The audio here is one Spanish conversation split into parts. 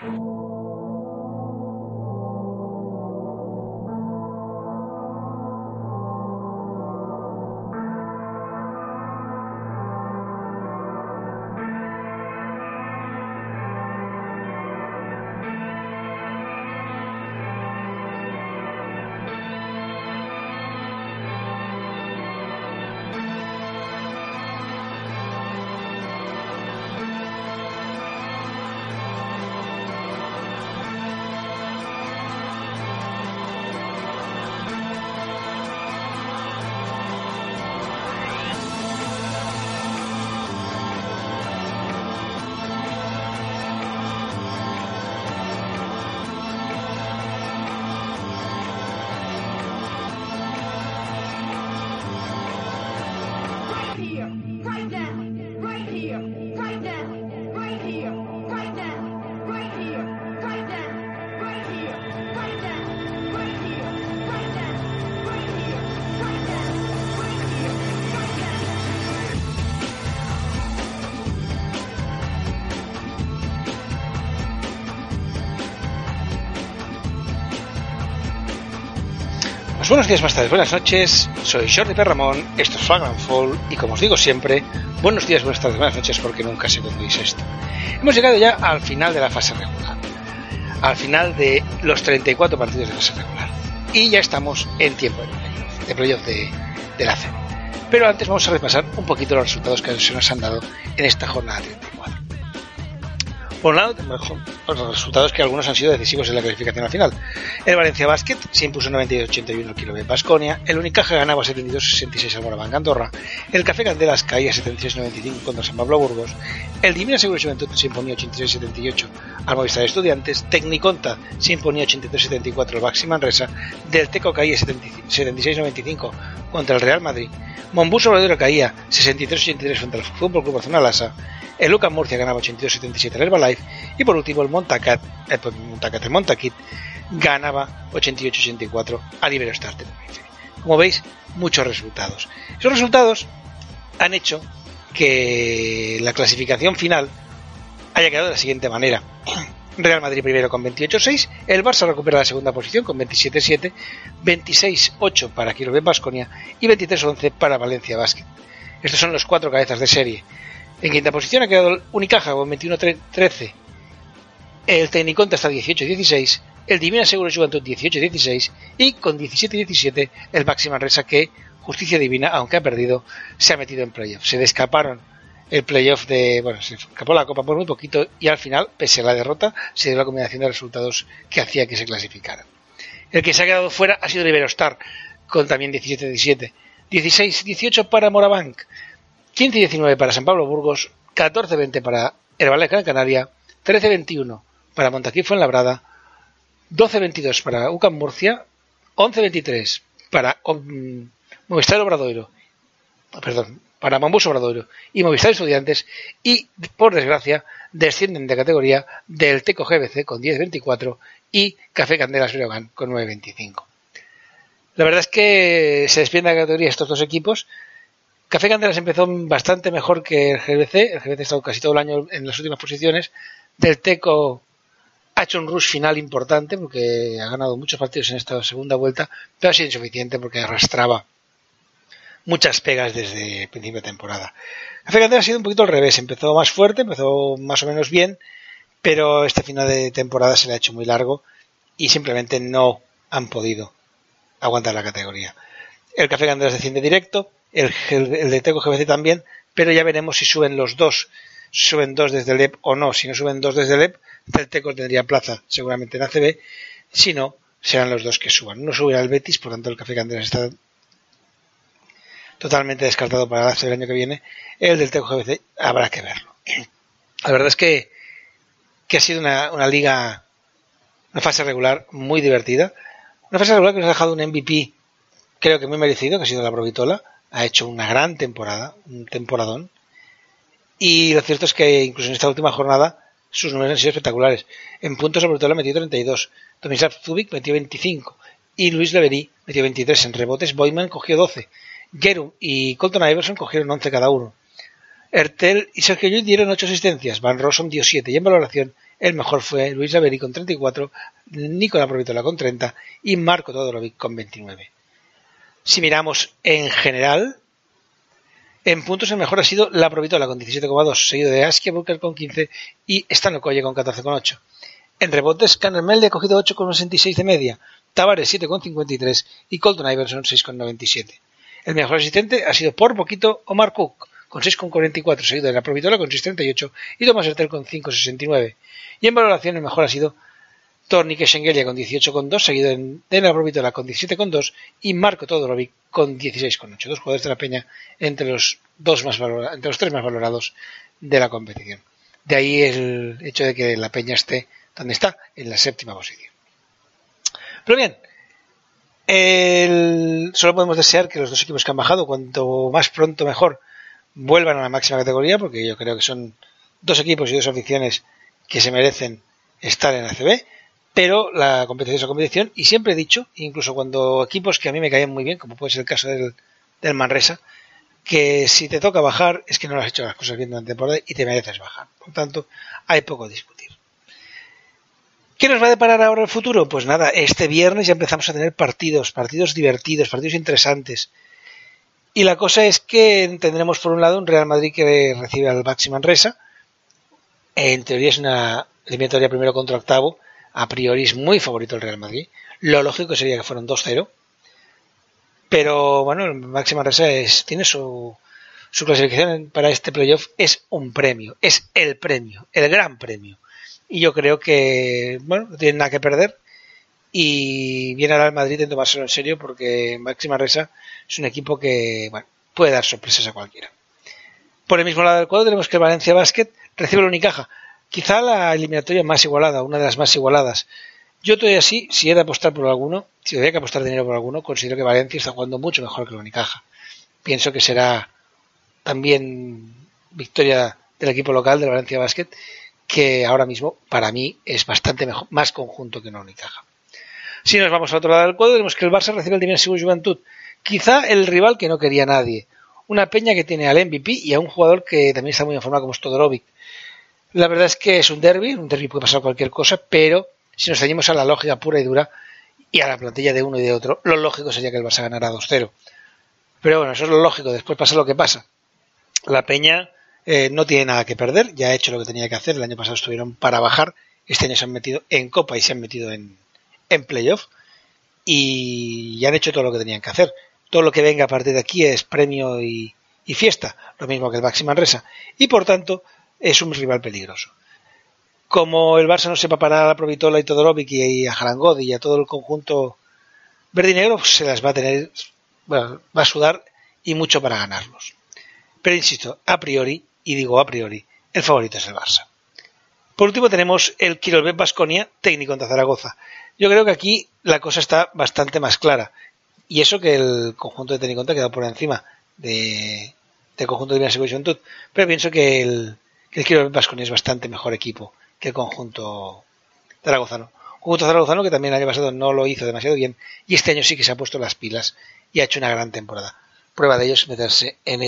Buenos días, más tardes, buenas noches. Soy Jordi Perramón, esto es Flag and Fall y como os digo siempre, buenos días, buenas tardes, buenas noches porque nunca sé cuándo dice esto. Hemos llegado ya al final de la fase regular, al final de los 34 partidos de fase regular y ya estamos en tiempo de playoff de la CB. Pero antes vamos a repasar un poquito los resultados que se nos han dado en esta jornada 34. Por un lado, tenemos los resultados que algunos han sido decisivos en la clasificación al final. El Valencia Basket se impuso 92-81 al Quilmes Baskonia, el Unicaja ganaba 72-66 al Moraván Andorra, el Café Candelas caía 76-95 contra San Pablo Burgos, el Divina Seguro Juventud se imponía 86-78 al Movistar Estudiantes, Tecniconta se imponía 83-74 al Baxi Manresa, Del Teco caía 76-95 contra el Real Madrid, Montbus Obradoiro caía 63-83 frente al Fútbol Club Barcelona Lassa, el UCAM Murcia ganaba 82-77 al Herbalife y por último el Montaquit ganaba 88-84 al Iberostar Tenerife. Como veis, muchos resultados. Esos resultados han hecho que la clasificación final haya quedado de la siguiente manera. Real Madrid primero con 28-6, el Barça recupera la segunda posición con 27-7, 26-8 para Quilmes Baskonia y 23-11 para Valencia Basket. Estos son los cuatro cabezas de serie. En quinta posición ha quedado el Unicaja con 21-13, el Tecniconta está 18-16, el Divina Seguro Juventud 18-16 y con 17-17 el Baxi Manresa, que justicia divina, aunque ha perdido, se ha metido en playoff. Se le escaparon el playoff se escapó la copa por muy poquito y al final, pese a la derrota, se dio la combinación de resultados que hacía que se clasificaran. El que se ha quedado fuera ha sido el Iberostar con también 17-17, 16-18 para Morabanc, 15-19 para San Pablo Burgos, 14-20 para Herbalife Gran Canaria, 13-21 para Montaquí Fuenlabrada, 12-22 para UCAM Murcia, 11-23 para Movistar Obradoiro, para Montbus Obradoiro y Movistar Estudiantes, y por desgracia descienden de categoría Del Teco GBC con 10-24 y Café Candelas Breogán con 9-25. La verdad es que se desprenden de categoría estos dos equipos. Café Candelas empezó bastante mejor que el GBC ha estado casi todo el año en las últimas posiciones. Del Teco ha hecho un rush final importante porque ha ganado muchos partidos en esta segunda vuelta, pero ha sido insuficiente porque arrastraba muchas pegas desde el principio de temporada. Café Candelas ha sido un poquito al revés, empezó más fuerte, empezó más o menos bien, pero este final de temporada se le ha hecho muy largo y simplemente no han podido aguantar la categoría. El Café Candelas desciende directo, el de Teco GBC también, pero ya veremos si suben los dos, suben dos desde el EP o no. Si no suben dos desde el EP, el Teco tendría plaza seguramente en ACB, si no, serán los dos que suban. No subirá el Betis, por tanto el Café Candelas está totalmente descartado para el ACB el año que viene. El del Teco GBC habrá que verlo. La verdad es que ha sido una liga, una fase regular muy divertida, una fase regular que nos ha dejado un MVP creo que muy merecido, que ha sido la Provitola. Ha hecho una gran temporada, un temporadón, y lo cierto es que incluso en esta última jornada sus números han sido espectaculares. En puntos la Provitola metió 32, Tomislav Zubik metió 25 y Luis Leverí metió 23. En rebotes Boyman cogió 12, Gerum y Colton Iverson cogieron 11 cada uno. Ertel y Sergio Llull dieron 8 asistencias, Van Rossum dio 7 y en valoración el mejor fue Luis Laveri con 34, Nicola Provitola con 30 y Marco Todorovic con 29. Si miramos en general, en puntos el mejor ha sido la Provitola con 17,2, seguido de Askia Booker con 15 y Stan Okoye con 14,8. En rebotes, Conor Melde ha cogido 8,66 de media, Tavares 7,53 y Colton Iverson 6,97. El mejor asistente ha sido por poquito Omar Cook con 6,44, seguido de la Provitola con 6,38 y Thomas Hertel con 5,69. Y en valoración el mejor ha sido Tornike Schengelia con 18,2, seguido de la Provitola con 17,2 y Marco Todorovic con 16,8. Dos jugadores de la Peña entre los tres más valorados de la competición. De ahí el hecho de que la Peña esté donde está, en la séptima posición. Pero bien, solo podemos desear que los dos equipos que han bajado, cuanto más pronto mejor, vuelvan a la máxima categoría, porque yo creo que son dos equipos y dos aficiones que se merecen estar en ACB, pero la competición es la competición, y siempre he dicho, incluso cuando equipos que a mí me caen muy bien, como puede ser el caso del Manresa, que si te toca bajar es que no lo has hecho las cosas bien durante la temporada y te mereces bajar. Por tanto, hay poco a discutir. ¿Qué nos va a deparar ahora el futuro? Pues nada, este viernes ya empezamos a tener partidos divertidos, partidos interesantes. Y la cosa es que tendremos por un lado un Real Madrid que recibe al Baxi Manresa. En teoría es una eliminatoria primero contra octavo. A priori es muy favorito el Real Madrid. Lo lógico sería que fueran 2-0. Pero bueno, el Baxi Manresa tiene su clasificación para este playoff. Es un premio, es el premio, el gran premio. Y yo creo que, bueno, no tienen nada que perder y viene ahora el Madrid en tomárselo en serio porque Baxi Manresa es un equipo que, bueno, puede dar sorpresas a cualquiera. Por el mismo lado del cuadro tenemos que el Valencia Basket recibe el Unicaja, quizá la eliminatoria más igualada, una de las más igualadas. Yo todavía sí, si he de apostar por alguno, si había que apostar dinero por alguno, considero que Valencia está jugando mucho mejor que el Unicaja. Pienso que será también victoria del equipo local del Valencia Basket, que ahora mismo para mí es bastante mejor, más conjunto que una Unicaja. Si nos vamos al otro lado del cuadro, vemos que el Barça recibe el Dimensivo Juventud, quizá el rival que no quería nadie, una Peña que tiene al MVP y a un jugador que también está muy en forma como es Todorovic. La verdad es que es un derbi puede pasar cualquier cosa, pero si nos ceñimos a la lógica pura y dura y a la plantilla de uno y de otro, lo lógico sería que el Barça ganara 2-0. Pero bueno, eso es lo lógico, después pasa lo que pasa. La Peña no tiene nada que perder, ya ha hecho lo que tenía que hacer, el año pasado estuvieron para bajar, este año se han metido en Copa y se han metido en playoff y ya han hecho todo lo que tenían que hacer. Todo lo que venga a partir de aquí es premio y fiesta, lo mismo que el Baxi Manresa, y por tanto es un rival peligroso. Como el Barça no sepa parar a Provitola y Todorovic y a Harangodi y a todo el conjunto verde y negro, pues se las va a tener, bueno, va a sudar y mucho para ganarlos. Pero insisto, a priori, y digo a priori, el favorito es el Barça. Por último tenemos el Quirolev Baskonia, técnico ante Zaragoza. Yo creo que aquí la cosa está bastante más clara. Y eso que el conjunto de Teniconta ha quedado por encima del conjunto de Dimensivo Juventud. Pero pienso que el Quirolev Baskonia es bastante mejor equipo que el conjunto zaragozano. Un conjunto zaragozano que también el año pasado no lo hizo demasiado bien. Y este año sí que se ha puesto las pilas y ha hecho una gran temporada. Prueba de ello es meterse en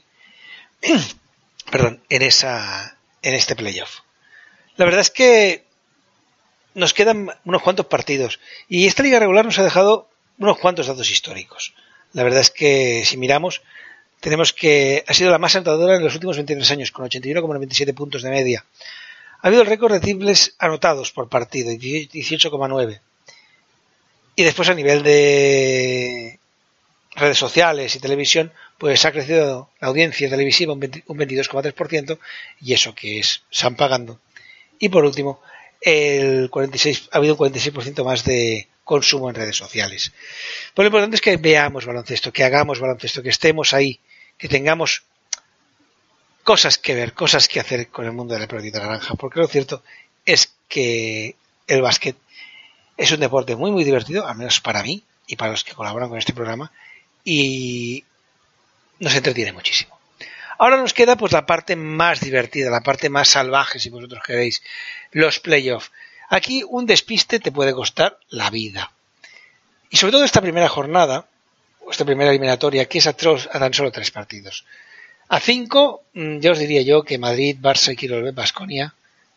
este playoff. La verdad es que nos quedan unos cuantos partidos y esta liga regular nos ha dejado unos cuantos datos históricos. La verdad es que si miramos tenemos que ha sido la más anotadora en los últimos 23 años con 81,97 puntos de media. Ha habido el récord de triples anotados por partido, 18,9. Y después a nivel de redes sociales y televisión, pues ha crecido la audiencia televisiva un 22,3% y eso que es San pagando. Y por último, ha habido un 46% más de consumo en redes sociales. Pues lo importante es que veamos baloncesto, que hagamos baloncesto, que estemos ahí, que tengamos cosas que ver, cosas que hacer con el mundo de la pelotita naranja, porque lo cierto es que el básquet es un deporte muy muy divertido, al menos para mí y para los que colaboran con este programa, y nos entretiene muchísimo. Ahora nos queda pues la parte más divertida, la parte más salvaje, si vosotros queréis, los playoffs. Aquí un despiste te puede costar la vida. Y sobre todo esta primera jornada, o esta primera eliminatoria, que es a tan solo 3 partidos. A 5, ya os diría yo que Madrid, Barça y Quirolev Baskonia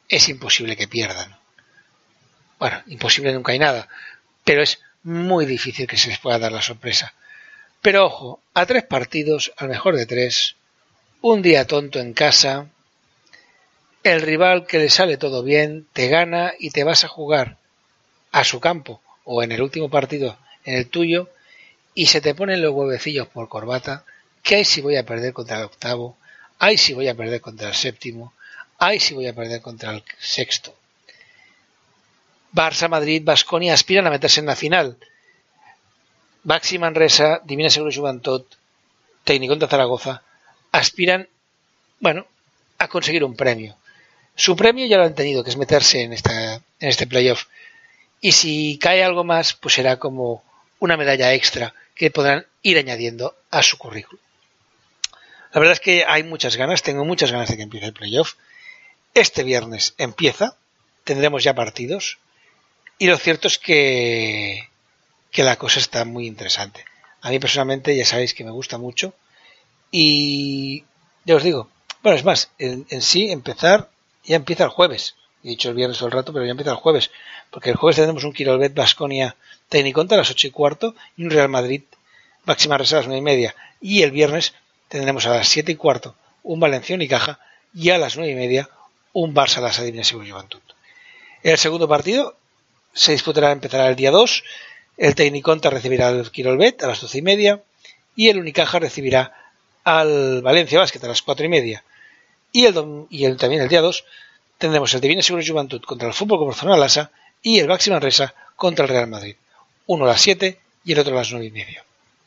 es imposible que pierdan. Bueno, imposible nunca hay nada, pero es muy difícil que se les pueda dar la sorpresa. Pero ojo, a 3 partidos, al mejor de 3, un día tonto en casa, el rival que le sale todo bien, te gana y te vas a jugar a su campo o en el último partido en el tuyo y se te ponen los huevecillos por corbata, que ay si voy a perder contra el octavo, ay si voy a perder contra el séptimo, ay si voy a perder contra el sexto. Barça, Madrid, Baskonia aspiran a meterse en la final. Baxi Manresa, Divina Seguro Joventut, Tecniconta Zaragoza aspiran, a conseguir un premio. Su premio ya lo han tenido, que es meterse en este playoff. Y si cae algo más, pues será como una medalla extra que podrán ir añadiendo a su currículum. La verdad es que hay muchas ganas, tengo muchas ganas de que empiece el playoff. Este viernes empieza, tendremos ya partidos y lo cierto es que la cosa está muy interesante. A mí personalmente ya sabéis que me gusta mucho y ya os digo, es más, en sí ya empieza el jueves. He dicho el viernes todo el rato, pero ya empieza el jueves, porque el jueves tendremos un Quirolbet Baskonia Tecniconta a las 8:15 y un Real Madrid Baxi Manresa a las 9:30. Y el viernes tendremos a las 7:15 un Valencia Unicaja y a las 9:30 un Barça Lassa Divina Seguro Joventut. El segundo partido empezará el día 2. El Tecniconta recibirá al Quirolbet a las 12:30 y el Unicaja recibirá al Valencia Basket a las 4:30. Y también el día 2 tendremos el Divina Seguro Joventut contra el Fútbol Club Barcelona Lassa y el Baxi Manresa contra el Real Madrid. Uno a las 7 y el otro a las 9:30.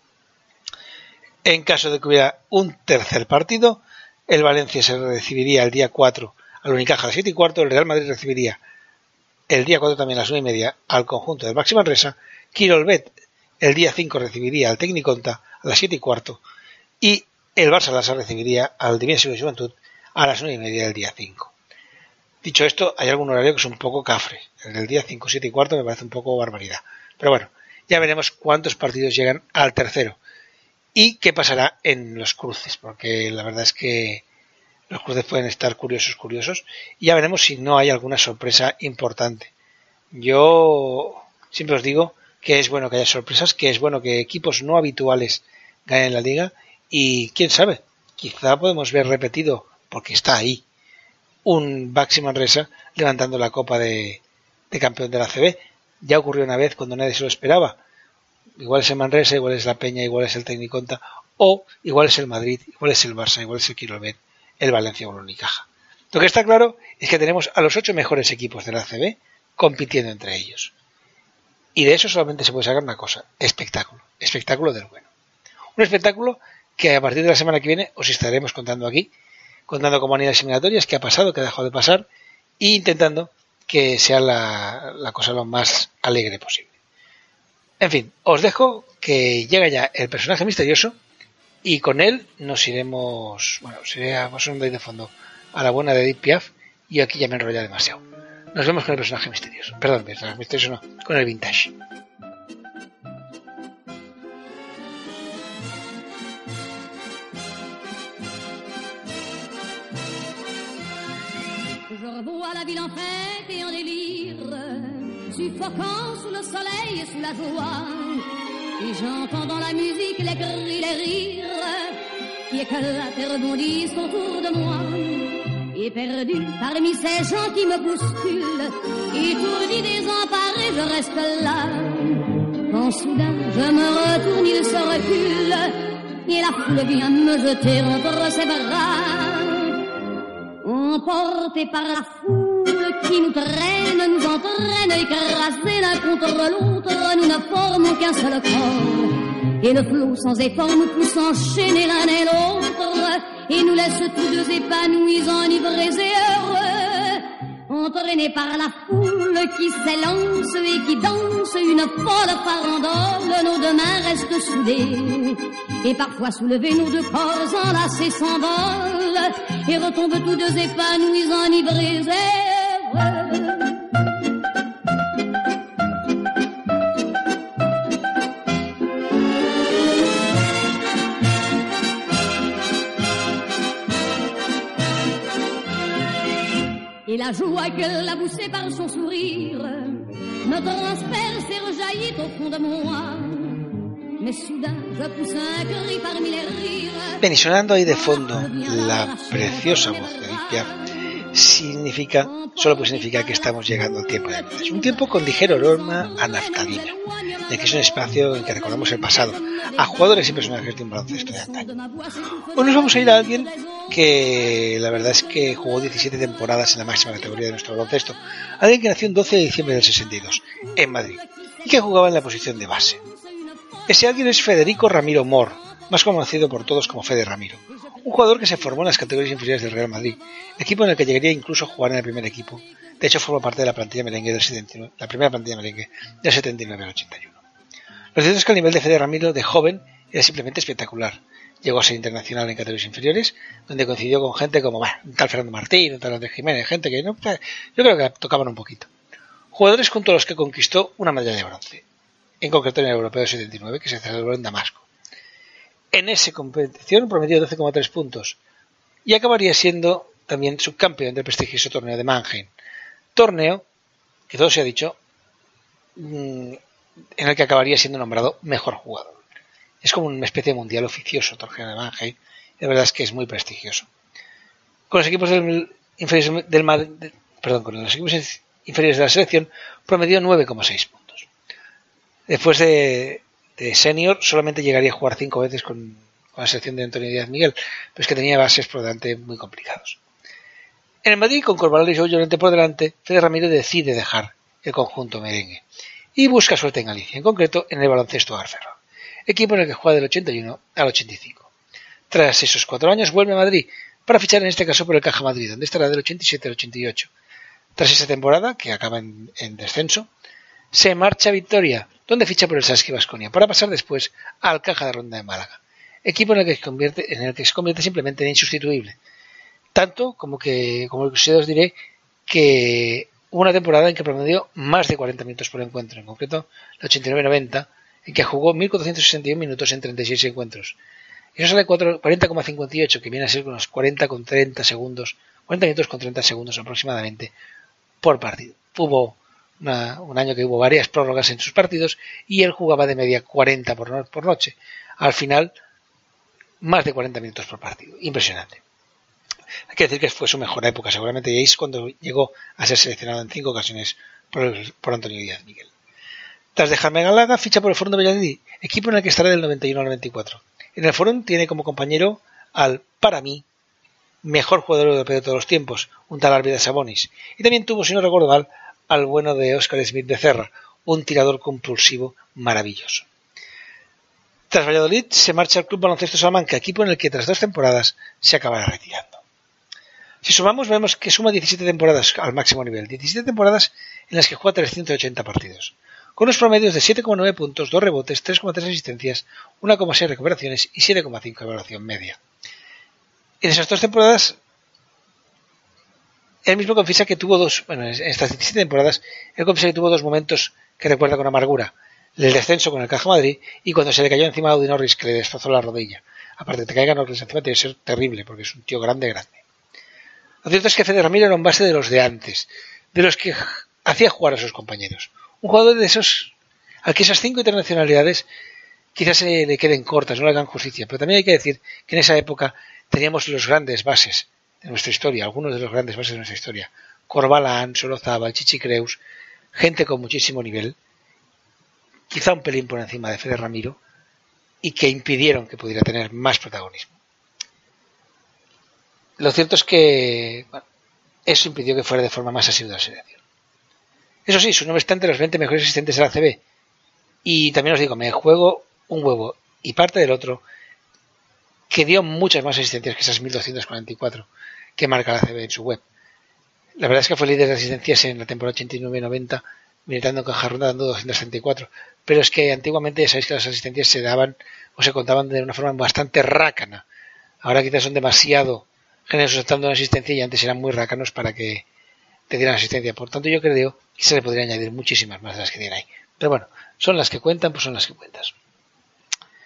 En caso de que hubiera un tercer partido, el Valencia se recibiría el día 4 al Unicaja a las 7:15, el Real Madrid recibiría el día 4 también a las 9:30 al conjunto del Baxi Manresa, Quirolbet el día 5 recibiría al Tecniconta a las 7:15 y el Barça Lassa recibiría al Divina Seguro Joventut a las 9:30 del día 5. Dicho esto, hay algún horario que es un poco cafre. El del día 5, 7:15 me parece un poco barbaridad. Pero bueno, ya veremos cuántos partidos llegan al tercero. Y qué pasará en los cruces, porque la verdad es que los cruces pueden estar curiosos. Y ya veremos si no hay alguna sorpresa importante. Yo siempre os digo que es bueno que haya sorpresas, que es bueno que equipos no habituales ganen la liga. Y quién sabe, quizá podemos ver repetido, porque está ahí, un Baxi Manresa levantando la copa de campeón de la ACB. Ya ocurrió una vez cuando nadie se lo esperaba. Igual es el Manresa, igual es la Peña, igual es el Tecniconta, o igual es el Madrid, igual es el Barça, igual es el Quirolbet, el Valencia o el Unicaja. Lo que está claro es que tenemos a los 8 mejores equipos de la ACB compitiendo entre ellos. Y de eso solamente se puede sacar una cosa: espectáculo del bueno. Un espectáculo que a partir de la semana que viene os estaremos contando aquí, contando cómo han ido las eliminatorias, qué ha pasado, qué ha dejado de pasar, e intentando que sea la cosa lo más alegre posible. En fin, os dejo que llega ya el personaje misterioso y con él nos iremos, vamos a ir de fondo a la buena de Edith Piaf y aquí ya me enrolla demasiado. Nos vemos con el personaje misterioso. Perdón, personaje misterioso no, con el vintage. Je revois la ville en fête et en délire, suffocant sous le soleil et sous la joie. Et j'entends dans la musique les cris, les rires qui éclatent et rebondissent autour de moi. Et perdu parmi ces gens qui me bousculent, étourdi, désemparé, je reste là. Quand soudain je me retourne, il se recule et la foule vient me jeter entre ses bras. Emportés par la foule qui nous traîne, nous entraîne, écrasés l'un contre l'autre, nous ne formons qu'un seul corps. Et le flot sans effort nous pousse enchaîner l'un et l'autre, et nous laisse tous deux épanouis, enivrés et heureux. Entraînés par la foule qui s'élance et qui danse une folle farandole, nos deux mains restent soudées, et parfois soulevés, nos deux corps enlacés s'envolent, et retombent tous deux épanouis, enivrés et heureux. Et la joie que l'a poussé par son sourire me transperce et rejaillit au fond de moi. Mais soudain, je pousse un cri parmi les rires. Bien, y sonando ahí de fondo la preciosa voz de Edith Piaf, solo puede significar que estamos llegando al tiempo de Navidad. Un tiempo con ligero aroma a naftalina, ya que es un espacio en que recordamos el pasado, a jugadores y personajes de un baloncesto de antaño. Hoy nos vamos a ir a alguien que la verdad es que jugó 17 temporadas en la máxima categoría de nuestro baloncesto, alguien que nació el 12 de diciembre del 62, en Madrid, y que jugaba en la posición de base. Ese alguien es Federico Ramiro Mor, más conocido por todos como Fede Ramiro, un jugador que se formó en las categorías inferiores del Real Madrid, equipo en el que llegaría incluso a jugar en el primer equipo. De hecho, forma parte de la plantilla merengue del 79, la primera plantilla merengue del 79 al 81. Lo cierto es que el nivel de Fede Ramiro de joven era simplemente espectacular. Llegó a ser internacional en categorías inferiores, donde coincidió con gente como un tal Fernando Martín, un tal Andrés Jiménez, gente que no, yo creo que tocaban un poquito. Jugadores junto a los que conquistó una medalla de bronce, en concreto en el Europeo del 79, que se celebró en Damasco. En esa competición promedió 12,3 puntos y acabaría siendo también subcampeón del prestigioso torneo de Mannheim. Torneo que todo se ha dicho, en el que acabaría siendo nombrado mejor jugador. Es como una especie de mundial oficioso, torneo de Mannheim, y la verdad es que es muy prestigioso. Con los equipos inferiores de la selección promedió 9,6 puntos. Después de senior solamente llegaría a jugar 5 veces con la selección de Antonio Díaz Miguel, pero es que tenía bases por delante muy complicados. En el Madrid, con Corvalán y Llorente por delante, Fede Ramiro decide dejar el conjunto merengue y busca suerte en Galicia, en concreto en el baloncesto Garferro, equipo en el que juega del 81 al 85. Tras esos 4 años vuelve a Madrid para fichar en este caso por el Caja Madrid, donde estará del 87 al 88. Tras esa temporada, que acaba en descenso, se marcha a Vitoria, donde ficha por el Saski Baskonia, para pasar después al Caja de Ronda de Málaga, equipo en el que se convierte simplemente en insustituible. Tanto como que os diré que hubo una temporada en que promedió más de 40 minutos por encuentro, en concreto el 89-90, en que jugó 1.461 minutos en 36 encuentros. Eso sale 40,58, que viene a ser unos 40 minutos con 30 segundos aproximadamente por partido. Hubo un año que hubo varias prórrogas en sus partidos y él jugaba de media 40 por noche. Al final, más de 40 minutos por partido. Impresionante. Hay que decir que fue su mejor época, seguramente, y es cuando llegó a ser seleccionado en 5 ocasiones por Antonio Díaz Miguel. Tras dejarme Galaga, ficha por el Forum de Valladolid, equipo en el que estará del 91 al 94. En el Forum tiene como compañero al, para mí, mejor jugador europeo de todos los tiempos, un tal Arvidas Sabonis, y también tuvo, si no recuerdo mal, al bueno de Óscar Smith Becerra, un tirador compulsivo maravilloso. Tras Valladolid se marcha al Club Baloncesto Salamanca, equipo en el que tras 2 temporadas se acabará retirando. Si sumamos, vemos que suma 17 temporadas al máximo nivel, 17 temporadas en las que juega 380 partidos, con unos promedios de 7,9 puntos, 2 rebotes, 3,3 asistencias, 1,6 recuperaciones y 7,5 evaluación media. En esas 2 temporadas, él mismo confiesa que tuvo en estas 17 temporadas, él confiesa que tuvo 2 momentos que recuerda con amargura: el descenso con el Caja Madrid y cuando se le cayó encima a Audi Norris, que le destrozó la rodilla. Aparte de que te caiga Norris encima, tiene que ser terrible, porque es un tío grande. Lo cierto es que Fede Ramiro era un base de los de antes, de los que hacía jugar a sus compañeros. Un jugador de esos, al que esas 5 internacionalidades quizás se le queden cortas, no le hagan justicia, pero también hay que decir que en esa época teníamos los grandes bases de nuestra historia, algunos de los grandes bases de nuestra historia: Corbalán, Solozábal, Chichi Creus, gente con muchísimo nivel, quizá un pelín por encima de Fede Ramiro, y que impidieron que pudiera tener más protagonismo. Lo cierto es que eso impidió que fuera de forma más asidua a la selección. Eso sí, no obstante, los 20 mejores asistentes de la ACB, y también os digo, me juego un huevo y parte del otro, que dio muchas más asistencias que esas 1.244 que marca la ACB en su web. La verdad es que fue líder de asistencias en la temporada 89-90, militando en Caja Ronda, dando 234, pero es que antiguamente ya sabéis que las asistencias se daban o se contaban de una forma bastante rácana. Ahora quizás son demasiado generosos dando una asistencia, y antes eran muy rácanos para que te dieran asistencia. Por tanto, yo creo que se le podría añadir muchísimas más de las que tiene ahí. Pero bueno, son las que cuentan, pues son las que cuentas.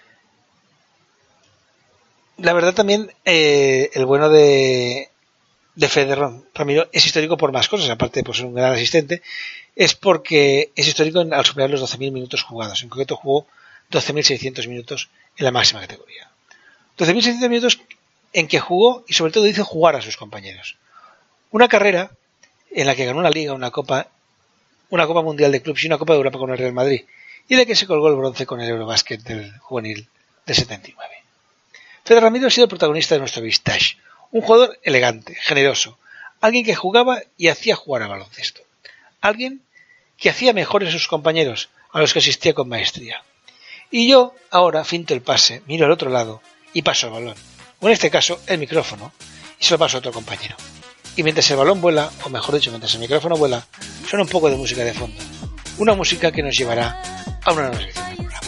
La verdad también, el bueno de de Fede Ramiro es histórico por más cosas, aparte de ser un gran asistente, es porque es histórico al superar los 12.000 minutos jugados. En concreto jugó 12.600 minutos en la máxima categoría. 12.600 minutos en que jugó y sobre todo hizo jugar a sus compañeros. Una carrera en la que ganó una liga, una copa mundial de clubes y una copa de Europa con el Real Madrid, y de que se colgó el bronce con el Eurobásquet del juvenil del 79. Fede Ramiro ha sido el protagonista de nuestro Vistage, un jugador elegante, generoso, alguien que jugaba y hacía jugar al baloncesto, alguien que hacía mejores a sus compañeros, a los que asistía con maestría. Y yo ahora finto el pase, miro al otro lado y paso el balón, o en este caso el micrófono, y se lo paso a otro compañero. Y mientras el balón vuela, o mejor dicho, mientras el micrófono vuela, suena un poco de música de fondo, una música que nos llevará a una nueva sección del programa.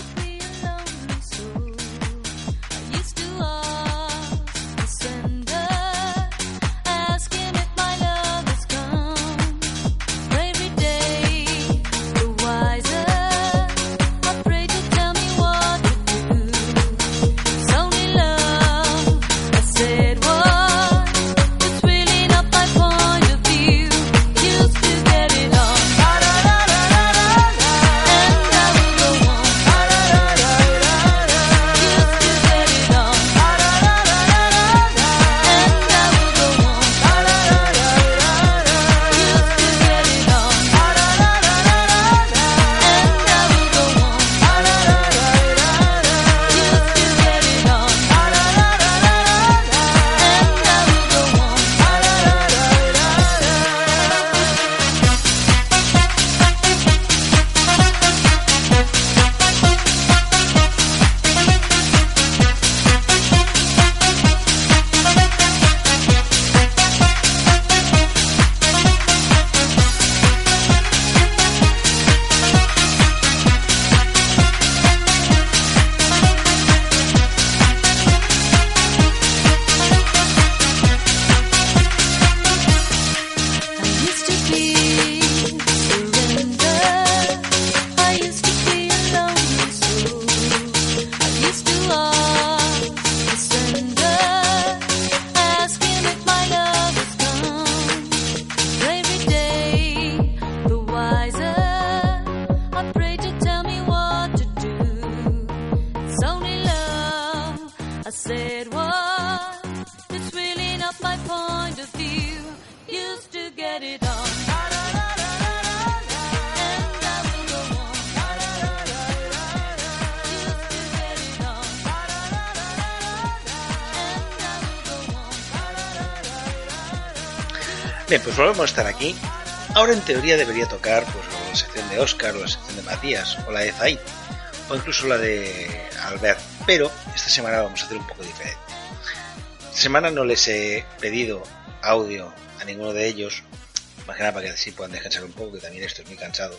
Bien, pues volvemos a estar aquí. Ahora en teoría debería tocar pues la sección de Óscar, o la sección de Matías, o la de Zaid, o incluso la de Albert, pero esta semana vamos a hacer un poco diferente. Esta semana no les he pedido audio a ninguno de ellos, más que nada para que así puedan descansar un poco, que también estoy muy cansado,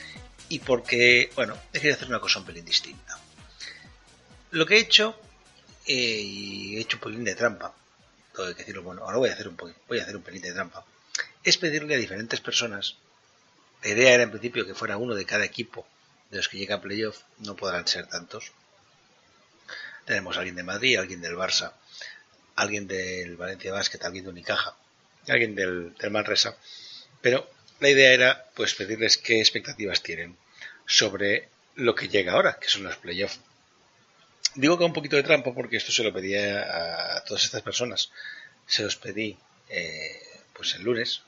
y porque, bueno, he querido hacer una cosa un pelín distinta. Lo que he hecho, y he hecho un pelín de trampa, todo hay que decirlo, bueno, ahora voy a hacer un pelín de trampa, es pedirle a diferentes personas. La idea era en principio que fuera uno de cada equipo de los que llega a playoff, no podrán ser tantos. Tenemos a alguien de Madrid, alguien del Barça, alguien del Valencia Basket, alguien de Unicaja, alguien del Manresa, pero la idea era pues pedirles qué expectativas tienen sobre lo que llega ahora, que son los playoffs. Digo que un poquito de trampa porque esto se lo pedí a todas estas personas, se los pedí pues el lunes.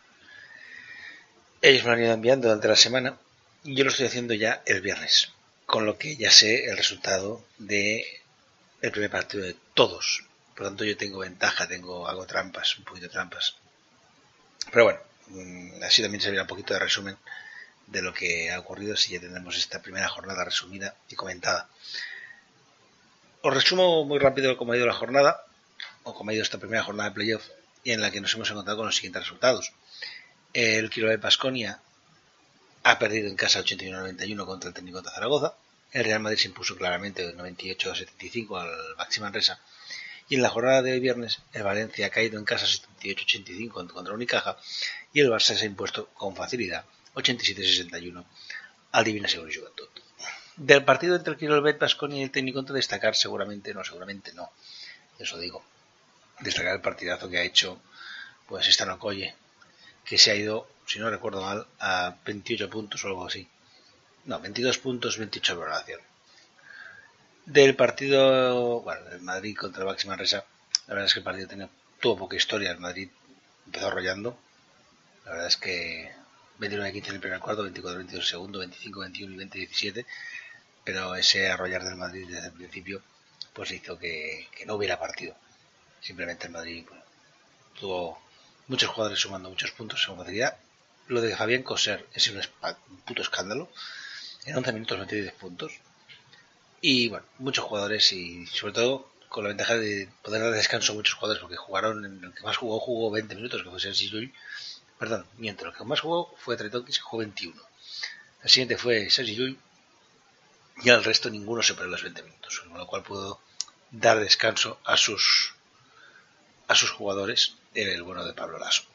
Ellos me lo han ido enviando durante la semana y yo lo estoy haciendo ya el viernes, con lo que ya sé el resultado del primer partido de todos. Por lo tanto yo tengo ventaja, hago trampas, un poquito de trampas. Pero bueno, así también servirá un poquito de resumen de lo que ha ocurrido si ya tenemos esta primera jornada resumida y comentada. Os resumo muy rápido cómo ha ido la jornada, o cómo ha ido esta primera jornada de playoff, y en la que nos hemos encontrado con los siguientes resultados. El Quirolev Baskonia ha perdido en casa 81-91 contra el Técnico de Zaragoza. El Real Madrid se impuso claramente 98-75 al Baxi Manresa. Y en la jornada de viernes, el Valencia ha caído en casa 78-85 contra Unicaja. Y el Barça se ha impuesto con facilidad 87-61 al Divina Seguro Juventud. Del partido entre el Quirolev Baskonia y el Técnico de destacar seguramente no, eso digo. Destacar el partidazo que ha hecho pues está Okoye, que se ha ido, si no recuerdo mal, a 28 puntos o algo así. No, 22 puntos, 28 de valoración. Del partido, bueno, el Madrid contra el Baxi Manresa, la verdad es que el partido tuvo poca historia. El Madrid empezó arrollando. La verdad es que 29-15 en el primer cuarto, 24-22 en el segundo, 25-21 y 20-17. Pero ese arrollar del Madrid desde el principio pues hizo que no hubiera partido. Simplemente el Madrid tuvo muchos jugadores sumando muchos puntos con facilidad. Lo de Fabián Coser es un puto escándalo. En 11 minutos metió 10 puntos. Y bueno, muchos jugadores y sobre todo con la ventaja de poder dar descanso a muchos jugadores, porque jugaron, en el que más jugó 20 minutos, que fue Sergi Llull. Perdón, mientras el que más jugó fue Tretoquis, que jugó 21. El siguiente fue Sergi Llull y al resto ninguno superó los 20 minutos, con lo cual pudo dar descanso a sus jugadores, el bueno de Pablo Laso.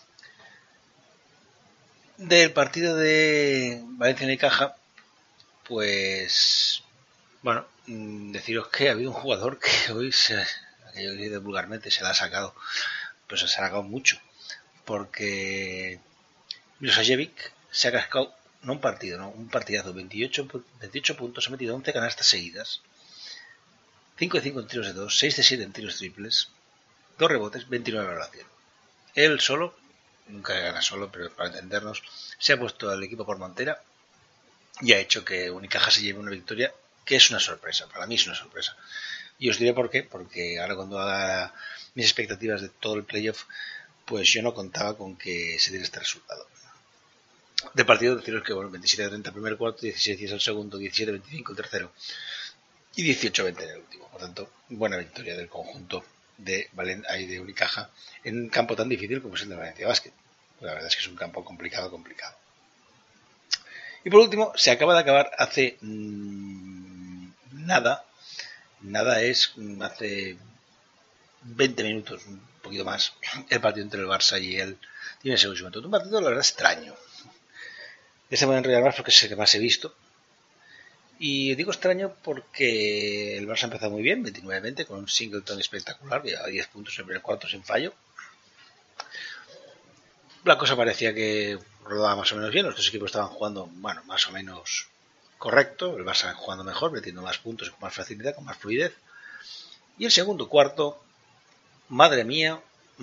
Del partido de Valencia y Caja, pues bueno, deciros que ha habido un jugador que hoy yo digo vulgarmente, se la ha sacado, pero se ha sacado mucho, porque Milosajevic se ha cascado, no un partido, no, un partidazo, 28 puntos, ha metido 11 canastas seguidas, 5 de 5 en tiros de 2, 6 de 7 en tiros triples, 2 rebotes, 29 de valoración. Él solo, nunca gana solo, pero para entendernos, se ha puesto al equipo por montera y ha hecho que Unicaja se lleve una victoria que es una sorpresa, para mí es una sorpresa. Y os diré por qué, porque ahora cuando haga mis expectativas de todo el playoff, pues yo no contaba con que se diera este resultado. De partido deciros que bueno, 27-30 el primer cuarto, 16-10 el segundo, 17-25 el tercero y 18-20 en el último. Por tanto, buena victoria del conjunto de Unicaja en un campo tan difícil como es el de Valencia Basket. La verdad es que es un campo complicado. Y por último, se acaba de acabar hace nada es hace 20 minutos, un poquito más, el partido entre el Barça y el Dinamo de Juventud. Un partido, la verdad, extraño. Ya se puede enrollar más porque es el que más he visto. Y digo extraño porque el Barça ha empezado muy bien, 29-20, con un Singleton espectacular, llevaba 10 puntos en el primer cuarto sin fallo. La cosa parecía que rodaba más o menos bien, los dos equipos estaban jugando, bueno, más o menos correcto, el Barça jugando mejor, metiendo más puntos con más facilidad, con más fluidez. Y el segundo cuarto, madre mía,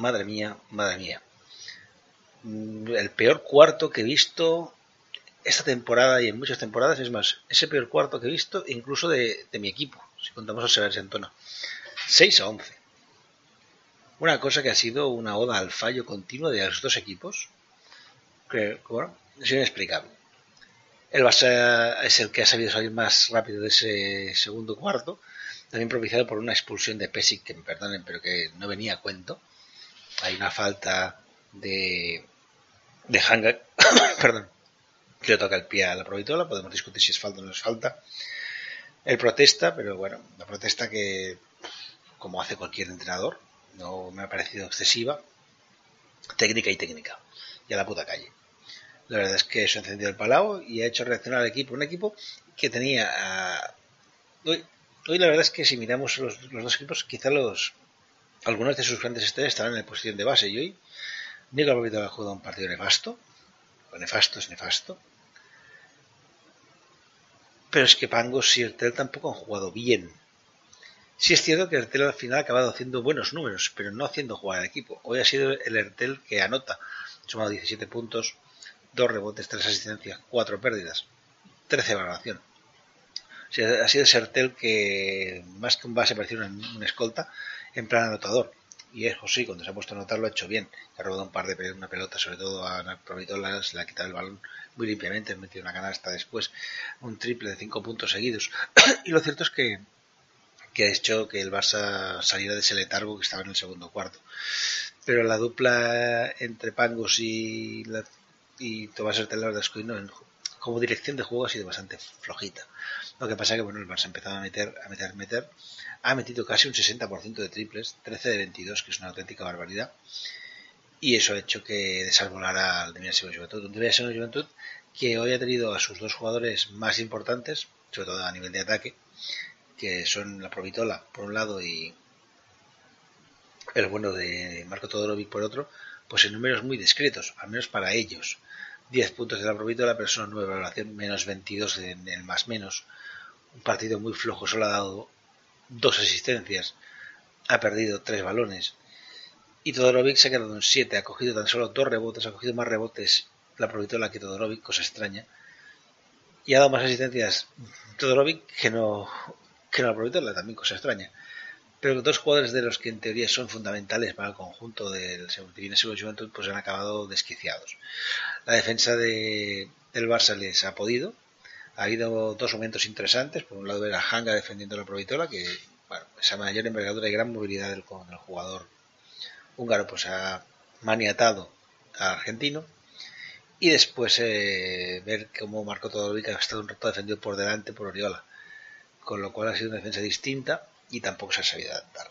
el peor cuarto que he visto esta temporada y en muchas temporadas, es más, ese peor cuarto que he visto incluso de mi equipo, si contamos a Severs Antona, 6-11. Una cosa que ha sido una oda al fallo continuo de los dos equipos, que bueno, es inexplicable. El Barça es el que ha sabido salir más rápido de ese segundo cuarto, también propiciado por una expulsión de Pesic, que me perdonen, pero que no venía a cuento. Hay una falta de Hanga, perdón, que le toca el pie a la Provitola, podemos discutir si es falta o no es falta. Él protesta, pero bueno, la protesta que, como hace cualquier entrenador, no me ha parecido excesiva, técnica y a la puta calle. La verdad es que eso ha encendido el palao y ha hecho reaccionar al equipo, un equipo que tenía hoy la verdad es que si miramos los dos equipos, quizá algunos de sus grandes estrellas estarán en posición de base, y hoy Nico Provitola ha jugado un partido nefasto, pero es que Pangos y Ertel tampoco han jugado bien. Sí es cierto que Ertel al final ha acabado haciendo buenos números, pero no haciendo jugar al equipo. Hoy ha sido el Ertel que anota, ha sumado 17 puntos, 2 rebotes, 3 asistencias, 4 pérdidas, 13 valoración. O sea, ha sido ese Ertel que más que un base parecía un escolta en plan anotador. Y eso sí, cuando se ha puesto a anotar lo ha hecho bien. Ha robado un par de una pelota, sobre todo a Provitola, se le ha quitado el balón muy limpiamente, ha metido una canasta después, un triple de 5 puntos seguidos. Y lo cierto es que ha hecho que el Barça saliera de ese letargo que estaba en el segundo cuarto. Pero la dupla entre Pangos y Tomás Ertel, la verdad es que como dirección de juego ha sido bastante flojita. Lo que pasa es que bueno, el Barça ha empezado a meter, ha metido casi un 60% de triples, 13 de 22, que es una auténtica barbaridad, y eso ha hecho que desarbolara al Dinamo de Juventud. Un Dinamo de Juventud que hoy ha tenido a sus dos jugadores más importantes, sobre todo a nivel de ataque, que son la Provitola por un lado y el bueno de Marco Todorovic por otro, pues en números muy discretos, al menos para ellos. 10 puntos de la Provitola, pero son 9 valoración, menos 22 en el más menos. Un partido muy flojo, solo ha dado 2 asistencias, ha perdido 3 balones. Y Todorovic se ha quedado en 7, ha cogido tan solo 2 rebotes, ha cogido más rebotes la Provitola que Todorovic, cosa extraña. Y ha dado más asistencias Todorovic que no la Provitola, también cosa extraña. Pero 2 jugadores de los que en teoría son fundamentales para el conjunto del Juventud pues han acabado desquiciados. La defensa del Barça les ha podido. Ha habido 2 momentos interesantes. Por un lado era Hanga defendiendo la Provitola, que bueno, esa mayor envergadura y gran movilidad del jugador húngaro pues ha maniatado al argentino. Y después ver cómo Marco Todorovic ha estado un rato defendido por delante por Oriola, con lo cual ha sido una defensa distinta y tampoco se ha sabido adaptar.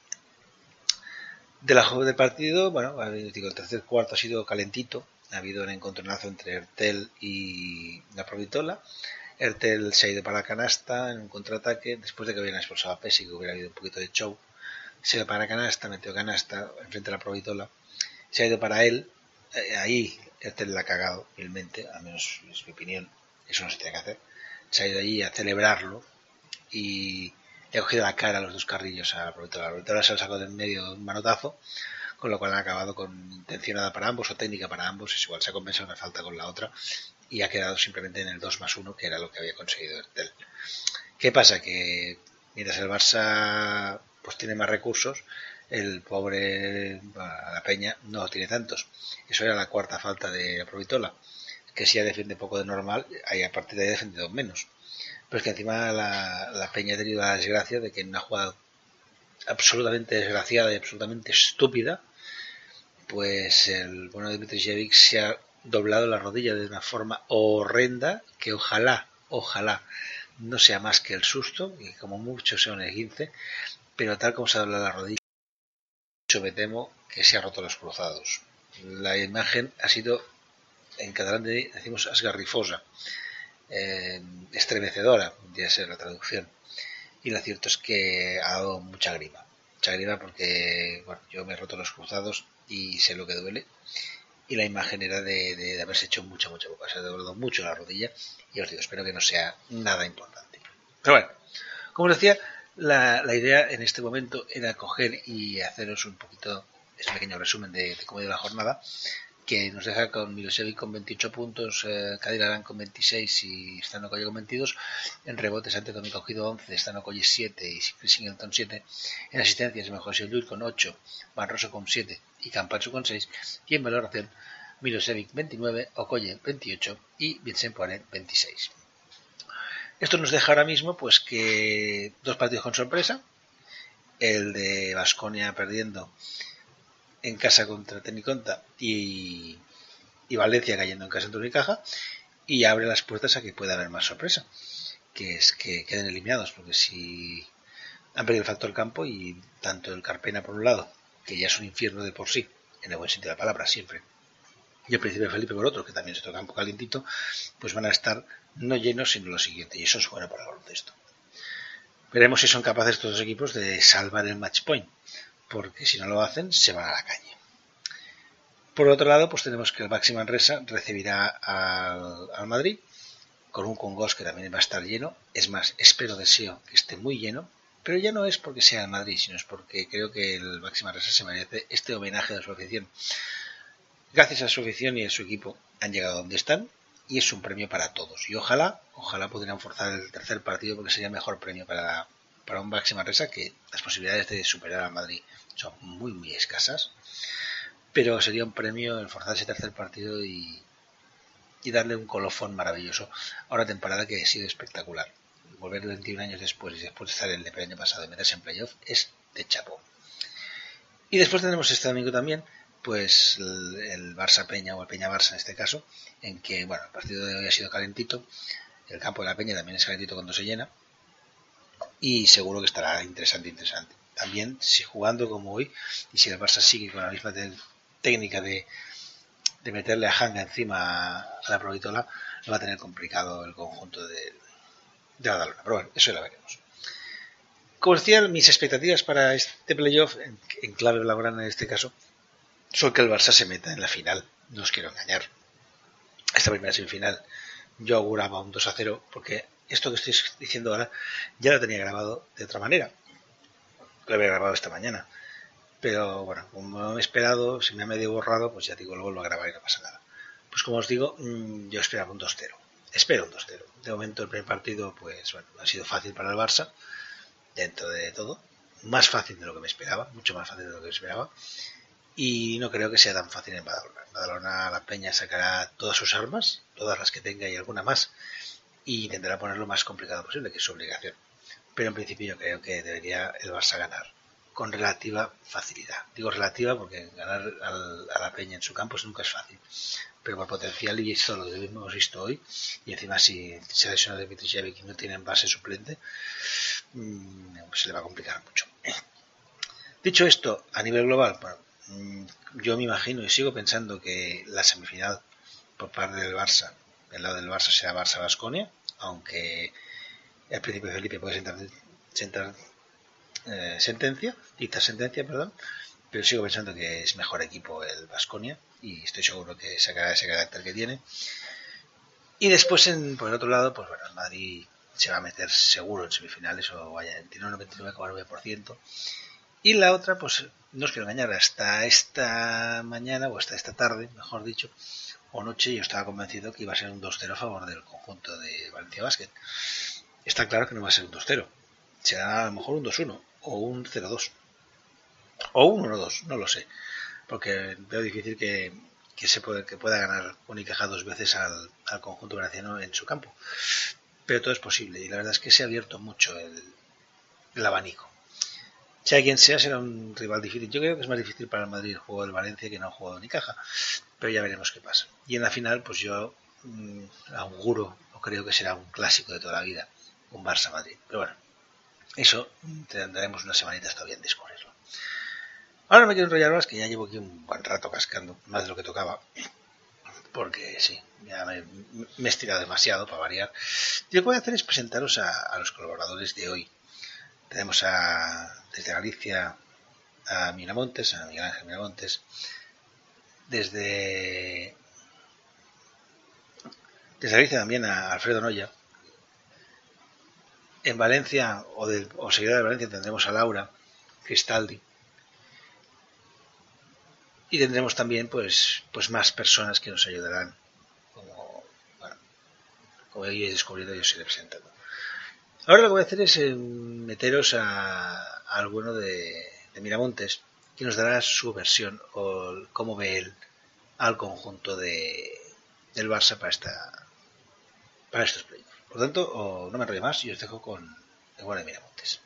De la joven del partido, bueno, el tercer cuarto ha sido calentito. Ha habido un encontronazo entre Ertel y la Provitola. Ertel se ha ido para la canasta en un contraataque, después de que hubieran expulsado a Pesci, que hubiera habido un poquito de show. Se ha ido para la canasta, metió canasta enfrente de la Provitola. Se ha ido para él, ahí Ertel la ha cagado, humildemente, al menos es mi opinión, eso no se tiene que hacer. Se ha ido allí a celebrarlo y le ha cogido la cara a los 2 carrillos a la Provitola. La Provitola se lo sacó de en medio de un manotazo, con lo cual han acabado con intencionada para ambos o técnica para ambos. Es igual, se ha compensado una falta con la otra y ha quedado simplemente en el 2+1, que era lo que había conseguido Ertel. ¿Qué pasa? Que mientras el Barça pues tiene más recursos, el pobre la Peña no tiene tantos. Eso era la cuarta falta de la Provitola, que si ya defiende poco de normal, ahí a partir de ahí ha defendido menos. Pero es que encima la Peña ha tenido la desgracia de que en una jugada absolutamente desgraciada y absolutamente estúpida, pues el bueno de Dimitrijevic se ha doblado la rodilla de una forma horrenda, que ojalá no sea más que el susto, y como mucho sea un esguince, pero tal como se ha doblado la rodilla, yo me temo que se ha roto los cruzados. La imagen ha sido, en catalán decimos esgarrifosa, estremecedora, podría ser la traducción. Y lo cierto es que ha dado mucha grima porque bueno, yo me he roto los cruzados y sé lo que duele. Y la imagen era de haberse hecho mucha boca, se ha doblado mucho la rodilla y os digo, espero que no sea nada importante. Pero bueno, como os decía, la idea en este momento era coger y haceros un poquito, ese pequeño resumen de cómo ha ido la jornada, que nos deja con Milosevic con 28 puntos, Kadir Aran con 26 y Stan Okoye con 22. En rebotes, ante Tommy cogido 11, Stan Okoye 7 y Chris Singleton 7. En asistencias, mejor Llull con 8, Van Rosso con 7 y Campazzo con 6. Y en valoración, Milosevic 29, Okoye 28 y Vincent Poiret 26. Esto nos deja ahora mismo pues que 2 partidos con sorpresa. El de Baskonia perdiendo en casa contra Teniconta y Valencia cayendo en casa en Unicaja, y abre las puertas a que pueda haber más sorpresa, que es que queden eliminados, porque si han perdido el factor campo, y tanto el Carpena por un lado, que ya es un infierno de por sí, en el buen sentido de la palabra siempre, y el Príncipe Felipe por otro, que también es otro campo calientito, pues van a estar no llenos sino lo siguiente, y eso es bueno para el baloncesto. Veremos si son capaces estos 2 equipos de salvar el match point, porque si no lo hacen se van a la calle. Por otro lado, pues tenemos que el Baxi Manresa recibirá al Madrid con un Congost que también va a estar lleno. Es más, deseo que esté muy lleno, pero ya no es porque sea el Madrid, sino es porque creo que el Baxi Manresa se merece este homenaje de su afición. Gracias a su afición y a su equipo han llegado donde están, y es un premio para todos. Y ojalá pudieran forzar el tercer partido, porque sería el mejor premio para un Baxi Manresa, que las posibilidades de superar al Madrid son muy escasas, pero sería un premio el forzar ese tercer partido y darle un colofón maravilloso a una temporada que ha sido espectacular. Volver 21 años después y después de estar en el año pasado y meterse en playoff es de chapó. Y después tenemos este domingo también pues el Barça Peña, o el Peña Barça en este caso, en que bueno, el partido de hoy ha sido calentito, el campo de la Peña también es calentito cuando se llena, y seguro que estará interesante. También, si jugando como hoy, y si el Barça sigue con la misma técnica de meterle a Hanga encima a la Provitola, lo va a tener complicado el conjunto de Badalona. Pero bueno, eso ya lo veremos. Como decía, mis expectativas para este playoff, en clave blaugrana en este caso, son que el Barça se meta en la final. No os quiero engañar. Esta primera semifinal yo auguraba un 2-0, porque esto que estoy diciendo ahora ya lo tenía grabado de otra manera. Lo había grabado esta mañana. Pero bueno, como he esperado, se me ha medio borrado, pues ya digo, luego lo grabaré y no pasa nada. Pues como os digo, yo esperaba un 2-0. Espero un 2-0. De momento el primer partido, pues bueno, ha sido fácil para el Barça, dentro de todo. Más fácil de lo que me esperaba, mucho más fácil de lo que me esperaba. Y no creo que sea tan fácil en Badalona. En Badalona la Peña sacará todas sus armas, todas las que tenga y alguna más, y intentará poner lo más complicado posible, que es su obligación. Pero en principio yo creo que debería el Barça ganar con relativa facilidad. Digo relativa porque ganar a la Peña en su campo nunca es fácil. Pero por potencial, y esto lo hemos visto hoy, y encima si se lesiona Dimitrijevic y no tienen base suplente, pues se le va a complicar mucho. Dicho esto, a nivel global, bueno, yo me imagino y sigo pensando que la semifinal por parte del Barça, del lado del Barça, será Barça-Baskonia, aunque al principio Felipe puede dictar sentencia, pero sigo pensando que es mejor equipo el Baskonia y estoy seguro que sacará ese carácter que tiene. Y después, por el otro lado, pues bueno, el Madrid se va a meter seguro en semifinales, o vaya, tiene un 99,9%. Y la otra, pues no os quiero engañar, hasta esta mañana, o hasta esta tarde, mejor dicho, o noche, yo estaba convencido que iba a ser un 2-0 a favor del conjunto de Valencia Basket. Está claro que no va a ser un 2-0, será a lo mejor un 2-1, o un 0-2, o un 1-2, no lo sé, porque veo difícil que pueda ganar Unicaja 2 veces al conjunto valenciano en su campo. Pero todo es posible, y la verdad es que se ha abierto mucho el abanico. Sea quien sea, será un rival difícil. Yo creo que es más difícil para el Madrid el juego del Valencia que no el juego de Unicaja, pero ya veremos qué pasa. Y en la final, pues yo auguro, o creo que será un clásico de toda la vida, un Barça-Madrid. Pero bueno, eso tendremos unas semanitas todavía en descubrirlo. Ahora no me quiero enrollar más, que ya llevo aquí un buen rato cascando, más de lo que tocaba, porque sí, ya me he estirado demasiado para variar. Y lo que voy a hacer es presentaros a los colaboradores de hoy. Tenemos desde Galicia a Miramontes, a Miguel Ángel Miramontes, desde Galicia también a Alfredo Noya. En Valencia, o seguidora de Valencia, tendremos a Laura Cristaldi. Y tendremos también pues más personas que nos ayudarán, como iréis descubriendo, yo os iré presentando. Ahora lo que voy a hacer es meteros a alguno de Miramontes, que nos dará su versión o cómo ve él al conjunto del Barça para estos playoffs. Por lo tanto, no me enrollo más y os dejo con el bueno de Miramontes.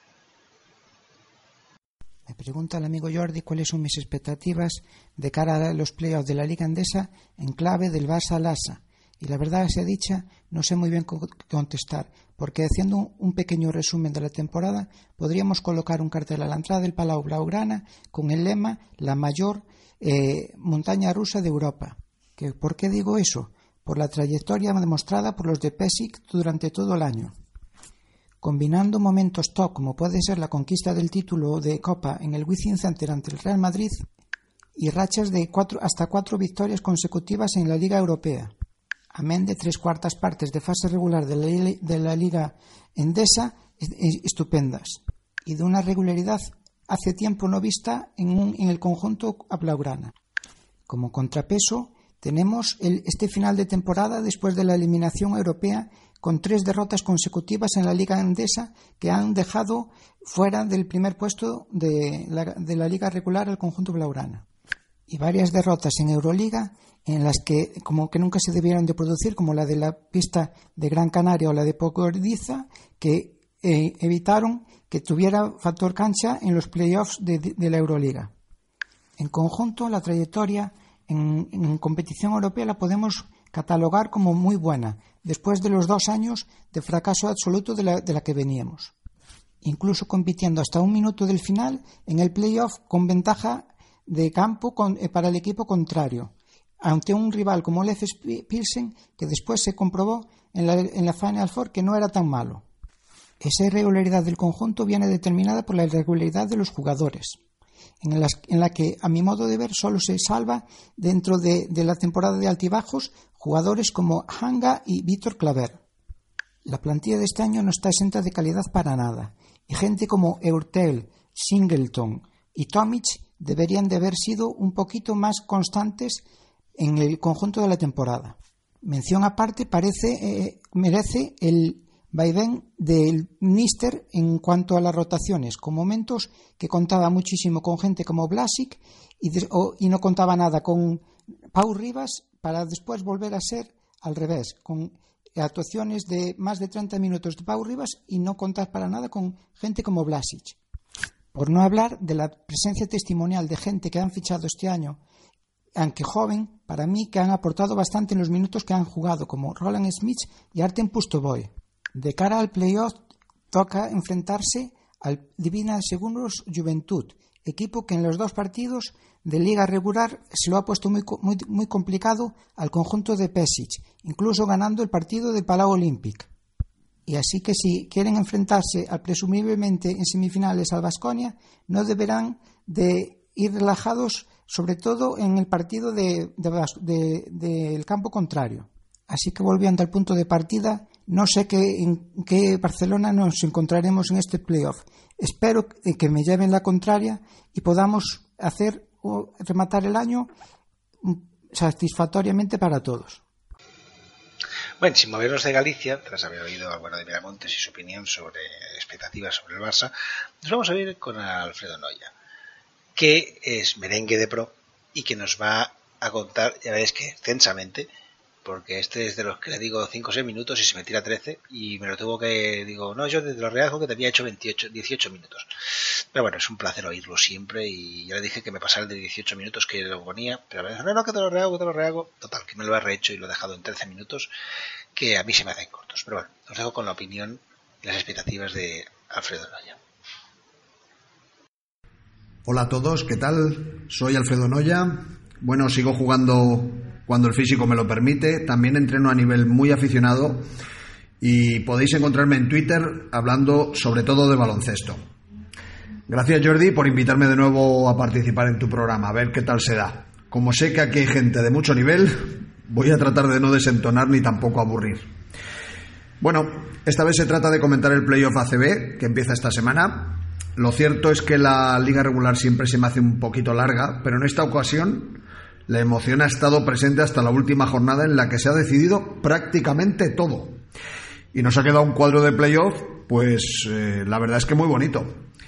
Me pregunta el amigo Jordi cuáles son mis expectativas de cara a los playoffs de la Liga Endesa en clave del Barça-Lassa. Y la verdad sea dicha, no sé muy bien contestar, porque haciendo un pequeño resumen de la temporada, podríamos colocar un cartel a la entrada del Palau Blaugrana con el lema «La mayor montaña rusa de Europa». ¿Por qué digo eso? Por la trayectoria demostrada por los de Pesic durante todo el año. Combinando momentos top, como puede ser la conquista del título de Copa en el Wizzing Center ante el Real Madrid, y rachas de hasta 4 victorias consecutivas en la Liga Europea. Amén de 3/4 partes de fase regular de la Liga Endesa estupendas, y de una regularidad hace tiempo no vista en el conjunto blaugrana. Como contrapeso, tenemos este final de temporada después de la eliminación europea con 3 derrotas consecutivas en la Liga Endesa que han dejado fuera del primer puesto de la Liga regular al conjunto blaugrana. Y varias derrotas en Euroliga en las que como que nunca se debieron de producir, como la de la pista de Gran Canaria o la de Podgorica, que evitaron que tuviera factor cancha en los playoffs de la Euroliga. En conjunto, la trayectoria en competición europea la podemos catalogar como muy buena, después de los 2 años de fracaso absoluto de la que veníamos. Incluso compitiendo hasta 1 minuto del final en el playoff con ventaja de campo para el equipo contrario, ante un rival como el FS Pilsen, que después se comprobó en la Final Four que no era tan malo. Esa irregularidad del conjunto viene determinada por la irregularidad de los jugadores. en la que, a mi modo de ver, solo se salva dentro de la temporada de altibajos jugadores como Hanga y Víctor Claver. La plantilla de este año no está exenta de calidad para nada, y gente como Eurtel, Singleton y Tomic deberían de haber sido un poquito más constantes en el conjunto de la temporada. Mención aparte merece el vaivén del míster en cuanto a las rotaciones, con momentos que contaba muchísimo con gente como Vlasic y no contaba nada con Pau Rivas, para después volver a ser al revés, con actuaciones de más de 30 minutos de Pau Rivas y no contar para nada con gente como Vlasic. Por no hablar de la presencia testimonial de gente que han fichado este año, aunque joven, para mí, que han aportado bastante en los minutos que han jugado, como Roland Smith y Artem Pustovoy. De cara al playoff, toca enfrentarse al Divina Seguros Juventud, equipo que en los 2 partidos de liga regular se lo ha puesto muy complicado al conjunto de Pesic, incluso ganando el partido de Palau Olympic. Y así que si quieren enfrentarse presumiblemente en semifinales al Baskonia, no deberán de ir relajados, sobre todo en el partido del campo contrario. Así que, volviendo al punto de partida, no sé en qué Barcelona nos encontraremos en este playoff. Espero que me lleven la contraria y podamos rematar el año satisfactoriamente para todos. Bueno, sin movernos de Galicia, tras haber oído a Álvaro de Miramontes y su opinión sobre expectativas sobre el Barça, nos vamos a ir con Alfredo Noya, que es merengue de pro y que nos va a contar, ya veréis que extensamente, porque este es de los que le digo 5 o 6 minutos y se me tira 13 y me lo tuvo que, no, yo desde los Reazgo que te había hecho 18 minutos. Pero bueno, es un placer oírlo siempre y ya le dije que me pasara el de 18 minutos que lo ponía, pero a veces, no, que te lo rehago, total, que me lo he rehecho y lo he dejado en 13 minutos, que a mí se me hacen cortos. Pero bueno, os dejo con la opinión y las expectativas de Alfredo Noya. Hola a todos, ¿qué tal? Soy Alfredo Noya. Bueno, sigo jugando cuando el físico me lo permite. También entreno a nivel muy aficionado y podéis encontrarme en Twitter hablando sobre todo de baloncesto. Gracias, Jordi, por invitarme de nuevo a participar en tu programa, a ver qué tal se da. Como sé que aquí hay gente de mucho nivel, voy a tratar de no desentonar ni tampoco aburrir. Bueno, esta vez se trata de comentar el playoff ACB, que empieza esta semana. Lo cierto es que la liga regular siempre se me hace un poquito larga, pero en esta ocasión la emoción ha estado presente hasta la última jornada, en la que se ha decidido prácticamente todo. Y nos ha quedado un cuadro de playoff, pues la verdad es que muy bonito.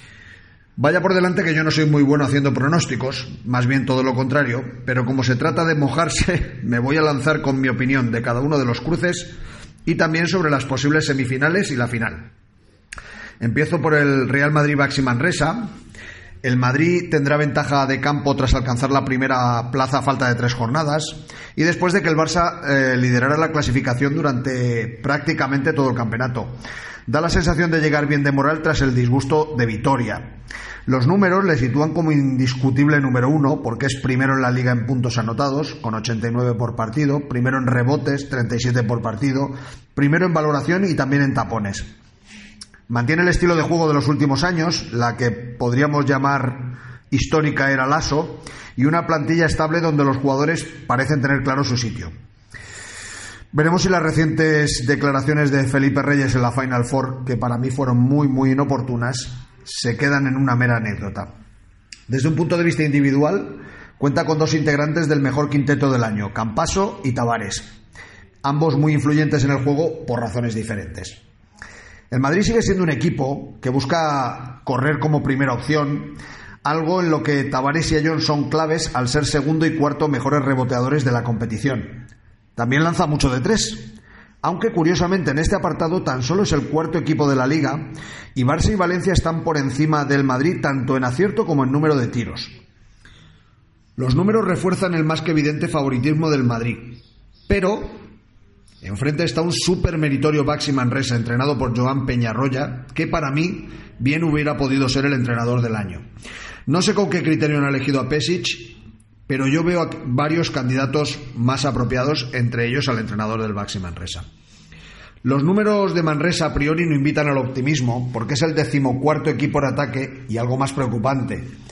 Vaya por delante que yo no soy muy bueno haciendo pronósticos, más bien todo lo contrario, pero como se trata de mojarse, me voy a lanzar con mi opinión de cada uno de los cruces y también sobre las posibles semifinales y la final. Empiezo por el Real Madrid-Baxi Manresa. El Madrid tendrá ventaja de campo tras alcanzar la primera plaza a falta de 3 jornadas y después de que el Barça liderara la clasificación durante prácticamente todo el campeonato. Da la sensación de llegar bien de moral tras el disgusto de Vitoria. Los números le sitúan como indiscutible número 1 porque es primero en la liga en puntos anotados, con 89 por partido, primero en rebotes, 37 por partido, primero en valoración y también en tapones. Mantiene el estilo de juego de los últimos años, la que podríamos llamar histórica era Lasso, y una plantilla estable donde los jugadores parecen tener claro su sitio. Veremos si las recientes declaraciones de Felipe Reyes en la Final Four, que para mí fueron muy inoportunas, se quedan en una mera anécdota. Desde un punto de vista individual, cuenta con 2 integrantes del mejor quinteto del año, Campasso y Tavares, ambos muy influyentes en el juego por razones diferentes. El Madrid sigue siendo un equipo que busca correr como primera opción, algo en lo que Tavares y Ayón son claves al ser segundo y cuarto mejores reboteadores de la competición. También lanza mucho de 3, aunque curiosamente en este apartado tan solo es el cuarto equipo de la liga y Barça y Valencia están por encima del Madrid tanto en acierto como en número de tiros. Los números refuerzan el más que evidente favoritismo del Madrid, pero enfrente está un súper meritorio Baxi Manresa entrenado por Joan Peñarroya, que para mí bien hubiera podido ser el entrenador del año. No sé con qué criterio han elegido a Pesic, pero yo veo a varios candidatos más apropiados, entre ellos al entrenador del Baxi Manresa. Los números de Manresa a priori no invitan al optimismo, porque es el 14º equipo en ataque y algo más preocupante.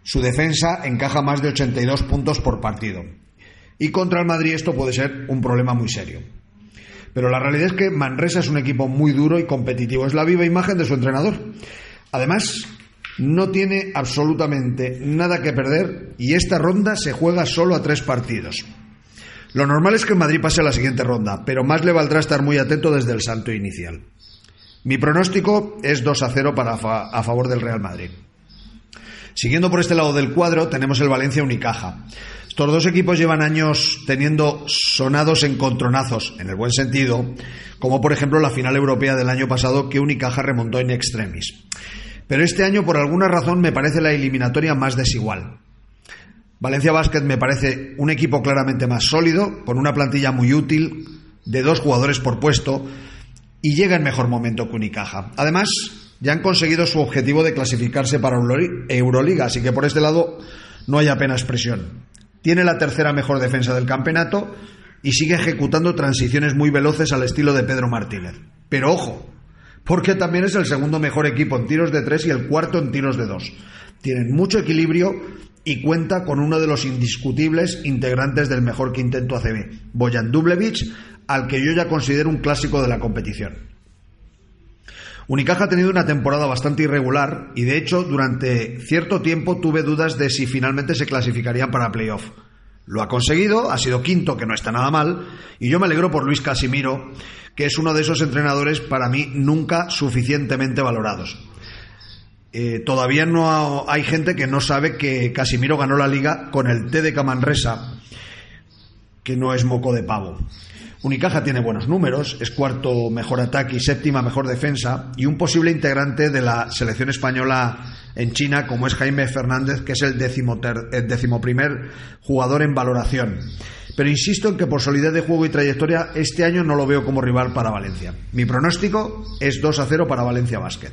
Su defensa encaja más de 82 puntos por partido. Y contra el Madrid esto puede ser un problema muy serio. Pero la realidad es que Manresa es un equipo muy duro y competitivo. Es la viva imagen de su entrenador. Además, no tiene absolutamente nada que perder y esta ronda se juega solo a 3 partidos. Lo normal es que el Madrid pase a la siguiente ronda, pero más le valdrá estar muy atento desde el salto inicial. Mi pronóstico es 2-0 a favor del Real Madrid. Siguiendo por este lado del cuadro tenemos el Valencia-Unicaja. Estos dos equipos llevan años teniendo sonados encontronazos, en el buen sentido, como por ejemplo la final europea del año pasado que Unicaja remontó in extremis. Pero este año por alguna razón me parece la eliminatoria más desigual. Valencia Basket me parece un equipo claramente más sólido, con una plantilla muy útil, de 2 jugadores por puesto, y llega en mejor momento que Unicaja. Además, ya han conseguido su objetivo de clasificarse para Euroliga, así que por este lado no hay apenas presión. Tiene la tercera mejor defensa del campeonato y sigue ejecutando transiciones muy veloces al estilo de Pedro Martínez. Pero ojo, porque también es el segundo mejor equipo en tiros de 3 y el cuarto en tiros de 2. Tienen mucho equilibrio y cuenta con uno de los indiscutibles integrantes del mejor quinteto ACB, Bojan Dublević, al que yo ya considero un clásico de la competición. Unicaja ha tenido una temporada bastante irregular y de hecho durante cierto tiempo tuve dudas de si finalmente se clasificarían para playoff. Lo ha conseguido, ha sido quinto, que no está nada mal, y yo me alegro por Luis Casimiro, que es uno de esos entrenadores para mí nunca suficientemente valorados. Todavía no hay gente que no sabe que Casimiro ganó la liga con el TDK Manresa, que no es moco de pavo. Unicaja tiene buenos números, es cuarto mejor ataque y séptima mejor defensa, y un posible integrante de la selección española en China como es Jaime Fernández, que es el 11º jugador en valoración. Pero insisto en que por solidez de juego y trayectoria este año no lo veo como rival para Valencia. Mi pronóstico es 2-0 para Valencia Basket.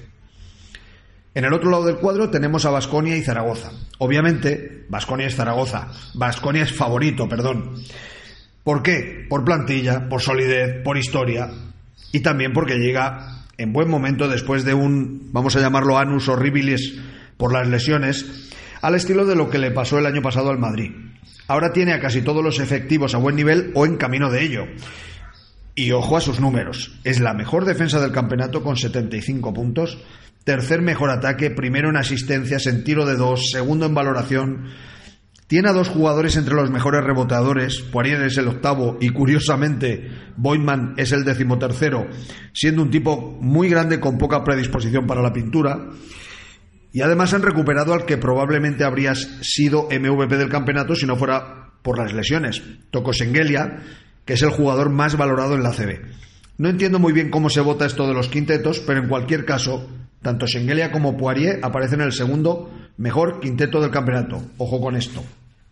En el otro lado del cuadro tenemos a Baskonia y Zaragoza. Obviamente, Baskonia es Zaragoza. Baskonia es favorito, perdón. ¿Por qué? Por plantilla, por solidez, por historia y también porque llega en buen momento después de un, vamos a llamarlo annus horribilis por las lesiones, al estilo de lo que le pasó el año pasado al Madrid. Ahora tiene a casi todos los efectivos a buen nivel o en camino de ello. Y ojo a sus números. Es la mejor defensa del campeonato con 75 puntos, tercer mejor ataque, primero en asistencias, en tiro de 2, segundo en valoración. Tiene a 2 jugadores entre los mejores reboteadores. Poirier es el 8º y curiosamente Boydman es el 13º, siendo un tipo muy grande con poca predisposición para la pintura. Y además han recuperado al que probablemente habría sido MVP del campeonato si no fuera por las lesiones, Toko Shengelia, que es el jugador más valorado en la ACB. No entiendo muy bien cómo se vota esto de los quintetos, pero en cualquier caso, tanto Shengelia como Poirier aparecen en el segundo mejor quinteto del campeonato. Ojo con esto.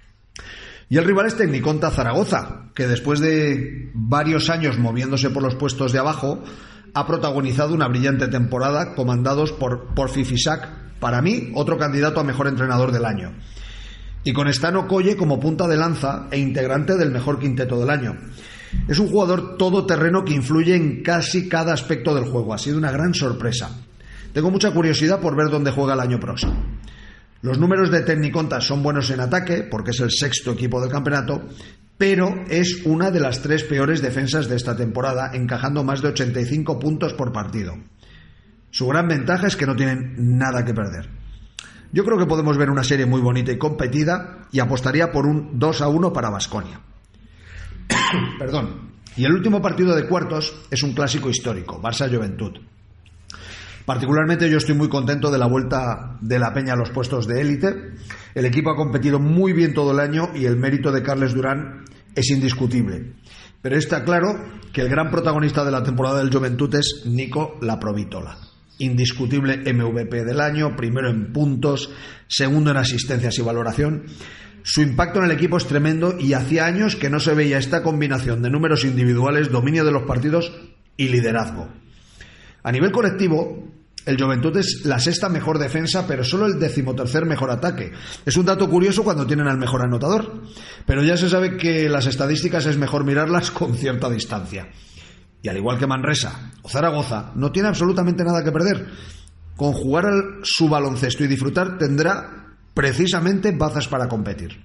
Y el rival es Tecniconta Zaragoza, que después de varios años moviéndose por los puestos de abajo, ha protagonizado una brillante temporada comandados por Porfi Fisac, para mí otro candidato a mejor entrenador del año. Y con Stano Colle como punta de lanza e integrante del mejor quinteto del año. Es un jugador todoterreno que influye en casi cada aspecto del juego. Ha sido una gran sorpresa. Tengo mucha curiosidad por ver dónde juega el año próximo. Los números de Tecniconta son buenos en ataque, porque es el 6º equipo del campeonato, pero es una de las 3 peores defensas de esta temporada, encajando más de 85 puntos por partido. Su gran ventaja es que no tienen nada que perder. Yo creo que podemos ver una serie muy bonita y competida y apostaría por un 2-1 para Baskonia. Perdón. Y el último partido de cuartos es un clásico histórico, Barça-Joventut. Particularmente yo estoy muy contento de la vuelta de la Peña a los puestos de élite. El equipo ha competido muy bien todo el año y el mérito de Carles Durán es indiscutible. Pero está claro que el gran protagonista de la temporada del Joventut es Nico Laprovítola. Indiscutible MVP del año, primero en puntos, segundo en asistencias y valoración. Su impacto en el equipo es tremendo y hacía años que no se veía esta combinación de números individuales, dominio de los partidos y liderazgo. A nivel colectivo, el Joventut es la 6ª mejor defensa, pero solo el 13º mejor ataque. Es un dato curioso cuando tienen al mejor anotador, pero ya se sabe que las estadísticas es mejor mirarlas con cierta distancia. Y al igual que Manresa o Zaragoza, no tiene absolutamente nada que perder. Con jugar su baloncesto y disfrutar tendrá precisamente bazas para competir.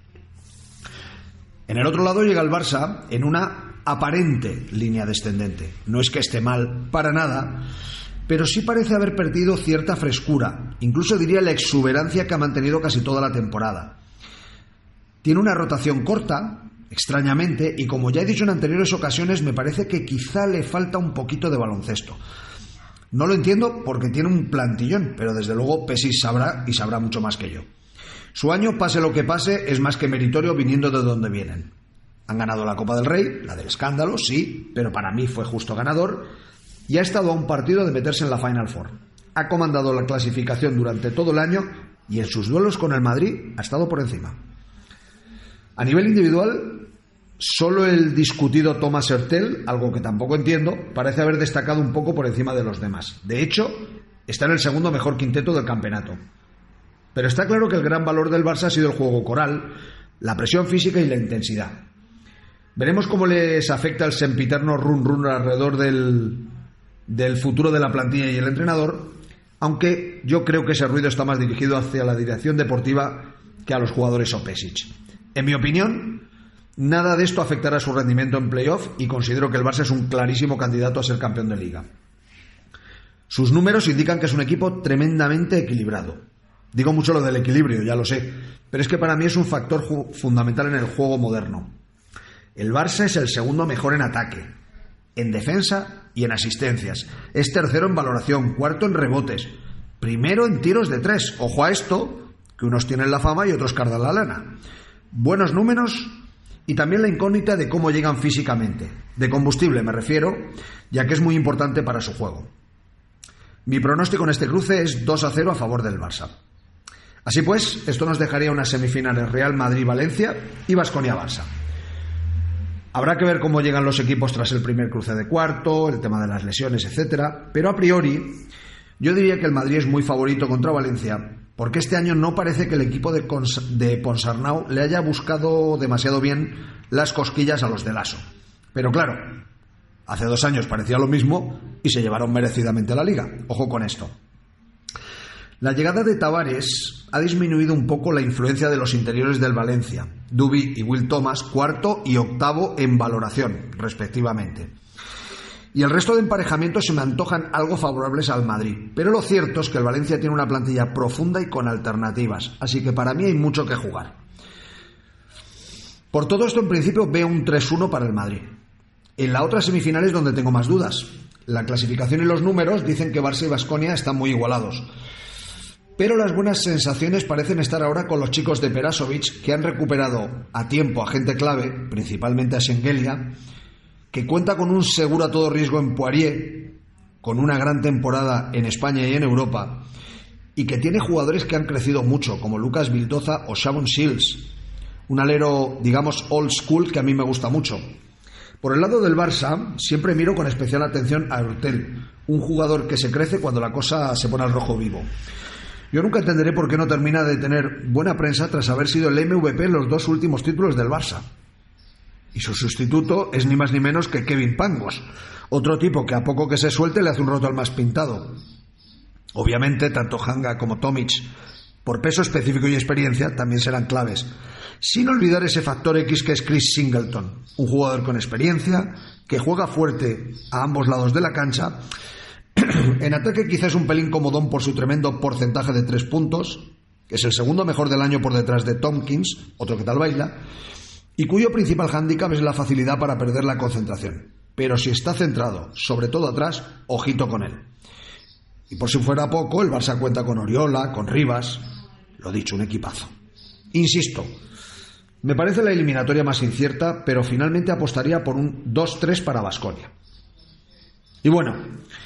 En el otro lado llega el Barça en una aparente línea descendente. No es que esté mal para nada, pero sí parece haber perdido cierta frescura, incluso diría la exuberancia que ha mantenido casi toda la temporada. Tiene una rotación corta, extrañamente, y como ya he dicho en anteriores ocasiones, me parece que quizá le falta un poquito de baloncesto. No lo entiendo porque tiene un plantillón, pero desde luego Pešić sabrá y sabrá mucho más que yo. Su año, pase lo que pase, es más que meritorio viniendo de donde vienen. Han ganado la Copa del Rey, la del escándalo, sí, pero para mí fue justo ganador, y ha estado a un partido de meterse en la Final Four. Ha comandado la clasificación durante todo el año y en sus duelos con el Madrid ha estado por encima. A nivel individual, solo el discutido Thomas Hertel, algo que tampoco entiendo, parece haber destacado un poco por encima de los demás. De hecho, está en el segundo mejor quinteto del campeonato. Pero está claro que el gran valor del Barça ha sido el juego coral, la presión física y la intensidad. Veremos cómo les afecta el sempiterno run-run alrededor del futuro de la plantilla y el entrenador, aunque yo creo que ese ruido está más dirigido hacia la dirección deportiva que a los jugadores o Pešić. En mi opinión, nada de esto afectará su rendimiento en playoff y considero que el Barça es un clarísimo candidato a ser campeón de Liga. Sus números indican que es un equipo tremendamente equilibrado. Digo mucho lo del equilibrio, ya lo sé, pero es que para mí es un factor fundamental en el juego moderno. El Barça es el segundo mejor en ataque, en defensa y en asistencias. Es tercero en valoración, cuarto en rebotes, primero en tiros de tres. Ojo a esto, que unos tienen la fama y otros cardan la lana. Buenos números y también la incógnita de cómo llegan físicamente. De combustible me refiero, ya que es muy importante para su juego. Mi pronóstico en este cruce es 2-0 a favor del Barça. Así pues, esto nos dejaría unas semifinales Real Madrid-Valencia y Baskonia-Barça. Habrá que ver cómo llegan los equipos tras el primer cruce de cuarto, el tema de las lesiones, etc. Pero a priori, yo diría que el Madrid es muy favorito contra Valencia, porque este año no parece que el equipo de Ponsarnau le haya buscado demasiado bien las cosquillas a los de Lasso. Pero claro, hace 2 años parecía lo mismo y se llevaron merecidamente la Liga. Ojo con esto. La llegada de Tavares ha disminuido un poco la influencia de los interiores del Valencia, Duby y Will Thomas, cuarto y octavo en valoración, respectivamente. Y el resto de emparejamientos se me antojan algo favorables al Madrid, pero lo cierto es que el Valencia tiene una plantilla profunda y con alternativas, así que para mí hay mucho que jugar. Por todo esto, en principio, veo un 3-1 para el Madrid. En la otra semifinal es donde tengo más dudas. La clasificación y los números dicen que Barça y Baskonia están muy igualados. Pero las buenas sensaciones parecen estar ahora con los chicos de Perasovic, que han recuperado a tiempo a gente clave, principalmente a Šengelia, que cuenta con un seguro a todo riesgo en Poirier, con una gran temporada en España y en Europa, y que tiene jugadores que han crecido mucho, como Lucas Vildoza o Shavon Shields, un alero, digamos, old school que a mí me gusta mucho. Por el lado del Barça, siempre miro con especial atención a Hertel, un jugador que se crece cuando la cosa se pone al rojo vivo. Yo nunca entenderé por qué no termina de tener buena prensa tras haber sido el MVP en los 2 últimos títulos del Barça. Y su sustituto es ni más ni menos que Kevin Pangos, otro tipo que a poco que se suelte le hace un roto al más pintado. Obviamente, tanto Hanga como Tomic, por peso específico y experiencia, también serán claves. Sin olvidar ese factor X que es Chris Singleton, un jugador con experiencia, que juega fuerte a ambos lados de la cancha. En ataque quizás un pelín comodón por su tremendo porcentaje de 3 puntos, que es el segundo mejor del año por detrás de Tompkins, otro que tal baila, y cuyo principal hándicap es la facilidad para perder la concentración. Pero si está centrado, sobre todo atrás, ojito con él. Y por si fuera poco, el Barça cuenta con Oriola, con Rivas, lo dicho, un equipazo. Insisto, me parece la eliminatoria más incierta, pero finalmente apostaría por un 2-3 para Baskonia. Y bueno,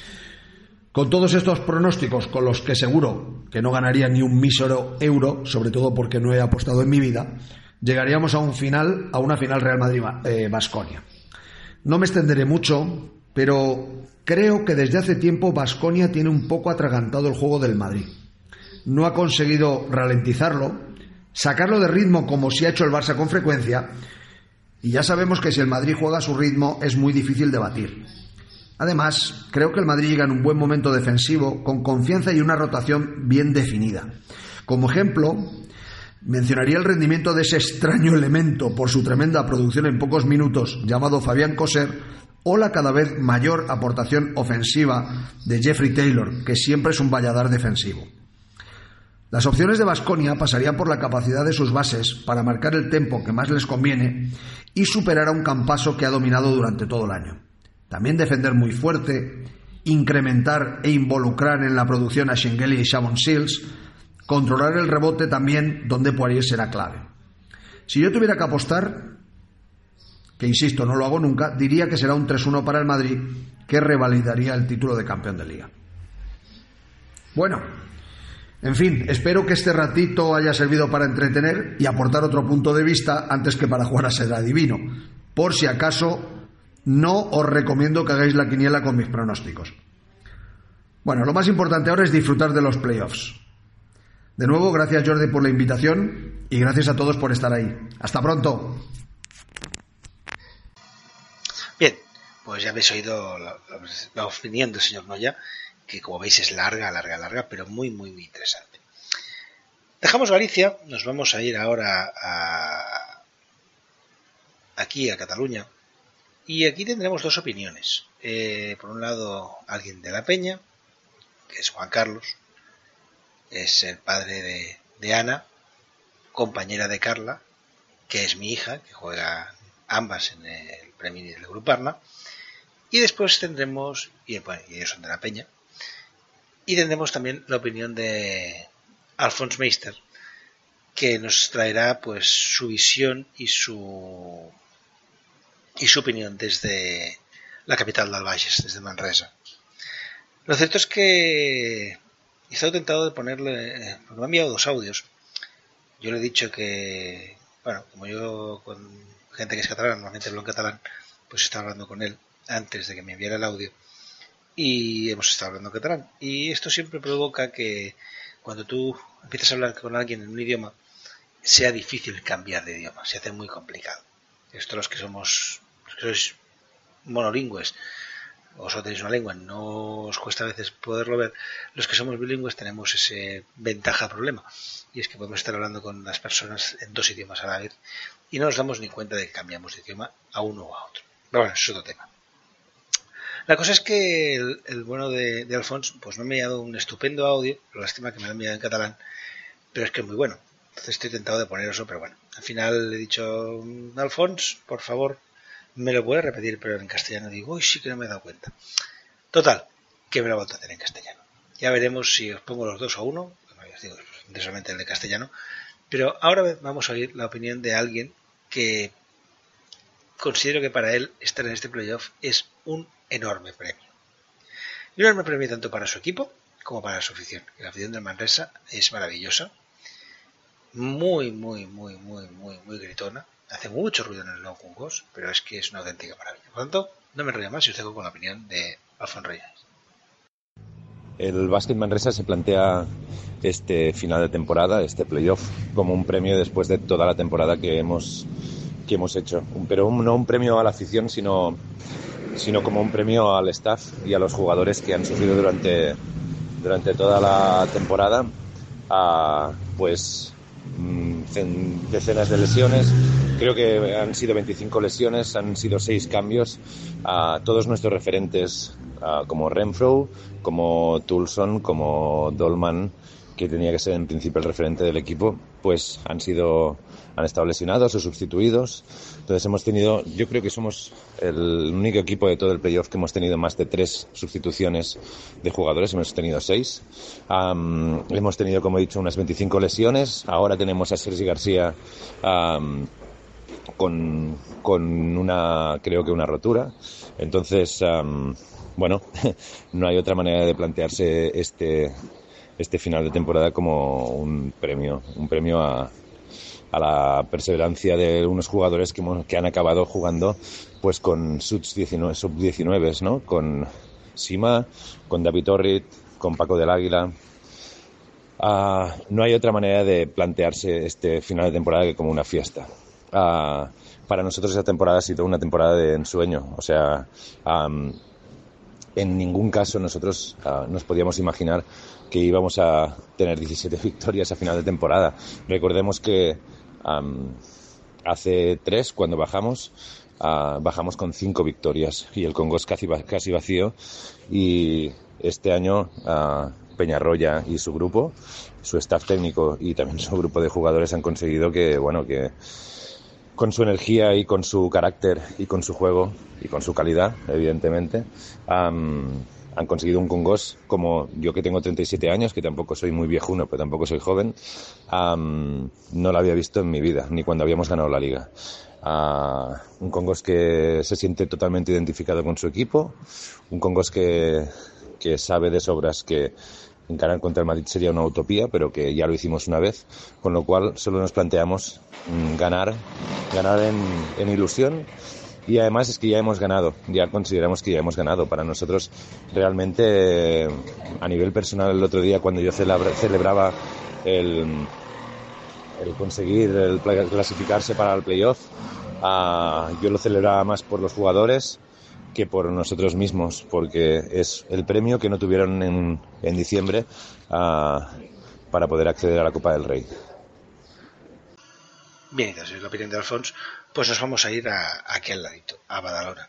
con todos estos pronósticos, con los que seguro que no ganaría ni un mísero euro, sobre todo porque no he apostado en mi vida, llegaríamos a una final Real Madrid-Baskonia. No me extenderé mucho, pero creo que desde hace tiempo Baskonia tiene un poco atragantado el juego del Madrid. No ha conseguido ralentizarlo, sacarlo de ritmo como si ha hecho el Barça con frecuencia, y ya sabemos que si el Madrid juega a su ritmo es muy difícil de batir. Además, creo que el Madrid llega en un buen momento defensivo, con confianza y una rotación bien definida. Como ejemplo, Mencionaría el rendimiento de ese extraño elemento por su tremenda producción en pocos minutos llamado Fabián Coser, o la cada vez mayor aportación ofensiva de Jeffrey Taylor, que siempre es un valladar defensivo. Las opciones de Baskonia pasarían por la capacidad de sus bases para marcar el tempo que más les conviene y superar a un Campaso que ha dominado durante todo el año. También defender muy fuerte, incrementar e involucrar en la producción a Schengeli y Shavon Shields, controlar el rebote también, donde Poirier será clave. Si yo tuviera que apostar, que insisto, no lo hago nunca, diría que será un 3-1 para el Madrid, que revalidaría el título de campeón de Liga. Bueno, en fin, espero que este ratito haya servido para entretener y aportar otro punto de vista antes que para jugar a ser adivino. Por si acaso, no os recomiendo que hagáis la quiniela con mis pronósticos. Bueno, lo más importante ahora es disfrutar de los playoffs. De nuevo, gracias Jordi por la invitación y gracias a todos por estar ahí. ¡Hasta pronto! Bien, pues ya habéis oído la opinión del señor Noya, que como veis es larga, pero muy interesante. Dejamos Galicia, nos vamos a ir ahora aquí a Cataluña, y aquí tendremos dos opiniones. Por un lado, alguien de la Peña, que es Juan Carlos, es el padre de Ana, compañera de Carla, que es mi hija, que juega ambas en el Premier del Grupo Arna, y después tendremos, y ellos son de la Peña, y tendremos también la opinión de Alfons Meister, que nos traerá pues su visión y su opinión desde la capital del Valles, desde Manresa. Lo cierto es que he estado tentado de ponerle, porque me ha enviado dos audios. Yo le he dicho que, bueno, como yo con gente que es catalana, normalmente hablo en catalán, pues estaba hablando con él antes de que me enviara el audio y hemos estado hablando en catalán. Y esto siempre provoca que cuando tú empiezas a hablar con alguien en un idioma, sea difícil cambiar de idioma, se hace muy complicado. Esto los que sois monolingües, o solo tenéis una lengua, no os cuesta a veces poderlo ver. Los que somos bilingües tenemos ese problema, y es que podemos estar hablando con las personas en dos idiomas a la vez y no nos damos ni cuenta de que cambiamos de idioma a uno o a otro. Pero bueno, eso es otro tema. La cosa es que el bueno de Alfons pues me ha enviado un estupendo audio, lástima que me lo ha enviado en catalán, pero es que es muy bueno. Entonces estoy tentado de poneroslo, pero bueno, al final le he dicho: Alfons, por favor, me lo puedes repetir, pero en castellano. Digo, uy, sí que no me he dado cuenta. Total, que me lo he vuelto a hacer en castellano. Ya veremos si os pongo los dos a uno, bueno, os digo, solamente el de castellano, pero ahora vamos a oír la opinión de alguien que considero que para él estar en este playoff es un enorme premio. Un enorme premio tanto para su equipo como para su afición. La afición del Manresa es maravillosa, muy gritona, hace mucho ruido en el No Jungos, pero es que es una auténtica maravilla. Por lo tanto, no me enrollo más y os dejo con la opinión de Alfons Reyes. El Básquet Manresa se plantea este final de temporada, este playoff, como un premio después de toda la temporada que hemos hecho. Pero no un premio a la afición, sino como un premio al staff y a los jugadores que han sufrido durante toda la temporada, pues decenas de lesiones. Creo que han sido 25 lesiones, han sido 6 cambios. Todos nuestros referentes, como Renfro, como Toulson, como Dolman, que tenía que ser en principio el referente del equipo, pues han estado lesionados o sustituidos. Entonces hemos tenido, yo creo que somos el único equipo de todo el playoff que hemos tenido más de 3 sustituciones de jugadores. Hemos tenido 6. Hemos tenido, como he dicho, unas 25 lesiones. Ahora tenemos a Sergi García con creo que una rotura. Entonces, bueno, no hay otra manera de plantearse este final de temporada como un premio a la perseverancia de unos jugadores que han acabado jugando pues con sub-19, ¿no? Con Sima, con David Orrit, con Paco del Águila. No hay otra manera de plantearse este final de temporada que como una fiesta. Para nosotros esta temporada ha sido una temporada de ensueño. O sea, en ningún caso nosotros nos podíamos imaginar que íbamos a tener 17 victorias a final de temporada. Recordemos que hace 3, cuando bajamos con 5 victorias y el Congost casi vacío, y este año Peñarroya y su grupo, su staff técnico y también su grupo de jugadores han conseguido que con su energía y con su carácter y con su juego y con su calidad, evidentemente, han conseguido un Congost como yo, que tengo 37 años, que tampoco soy muy viejuno, pero tampoco soy joven, no lo había visto en mi vida, ni cuando habíamos ganado la Liga. Un Congost que se siente totalmente identificado con su equipo, un Congost que sabe de sobras que encarar contra el Madrid sería una utopía, pero que ya lo hicimos una vez, con lo cual solo nos planteamos ganar en ilusión, y además es que ya hemos ganado, ya consideramos que ya hemos ganado. Para nosotros realmente, a nivel personal, el otro día cuando yo celebraba el conseguir el clasificarse para el playoff, yo lo celebraba más por los jugadores que por nosotros mismos, porque es el premio que no tuvieron en diciembre para poder acceder a la Copa del Rey. Bien, entonces, en la opinión de Alfons, pues nos vamos a ir aquí al ladito, a Badalona,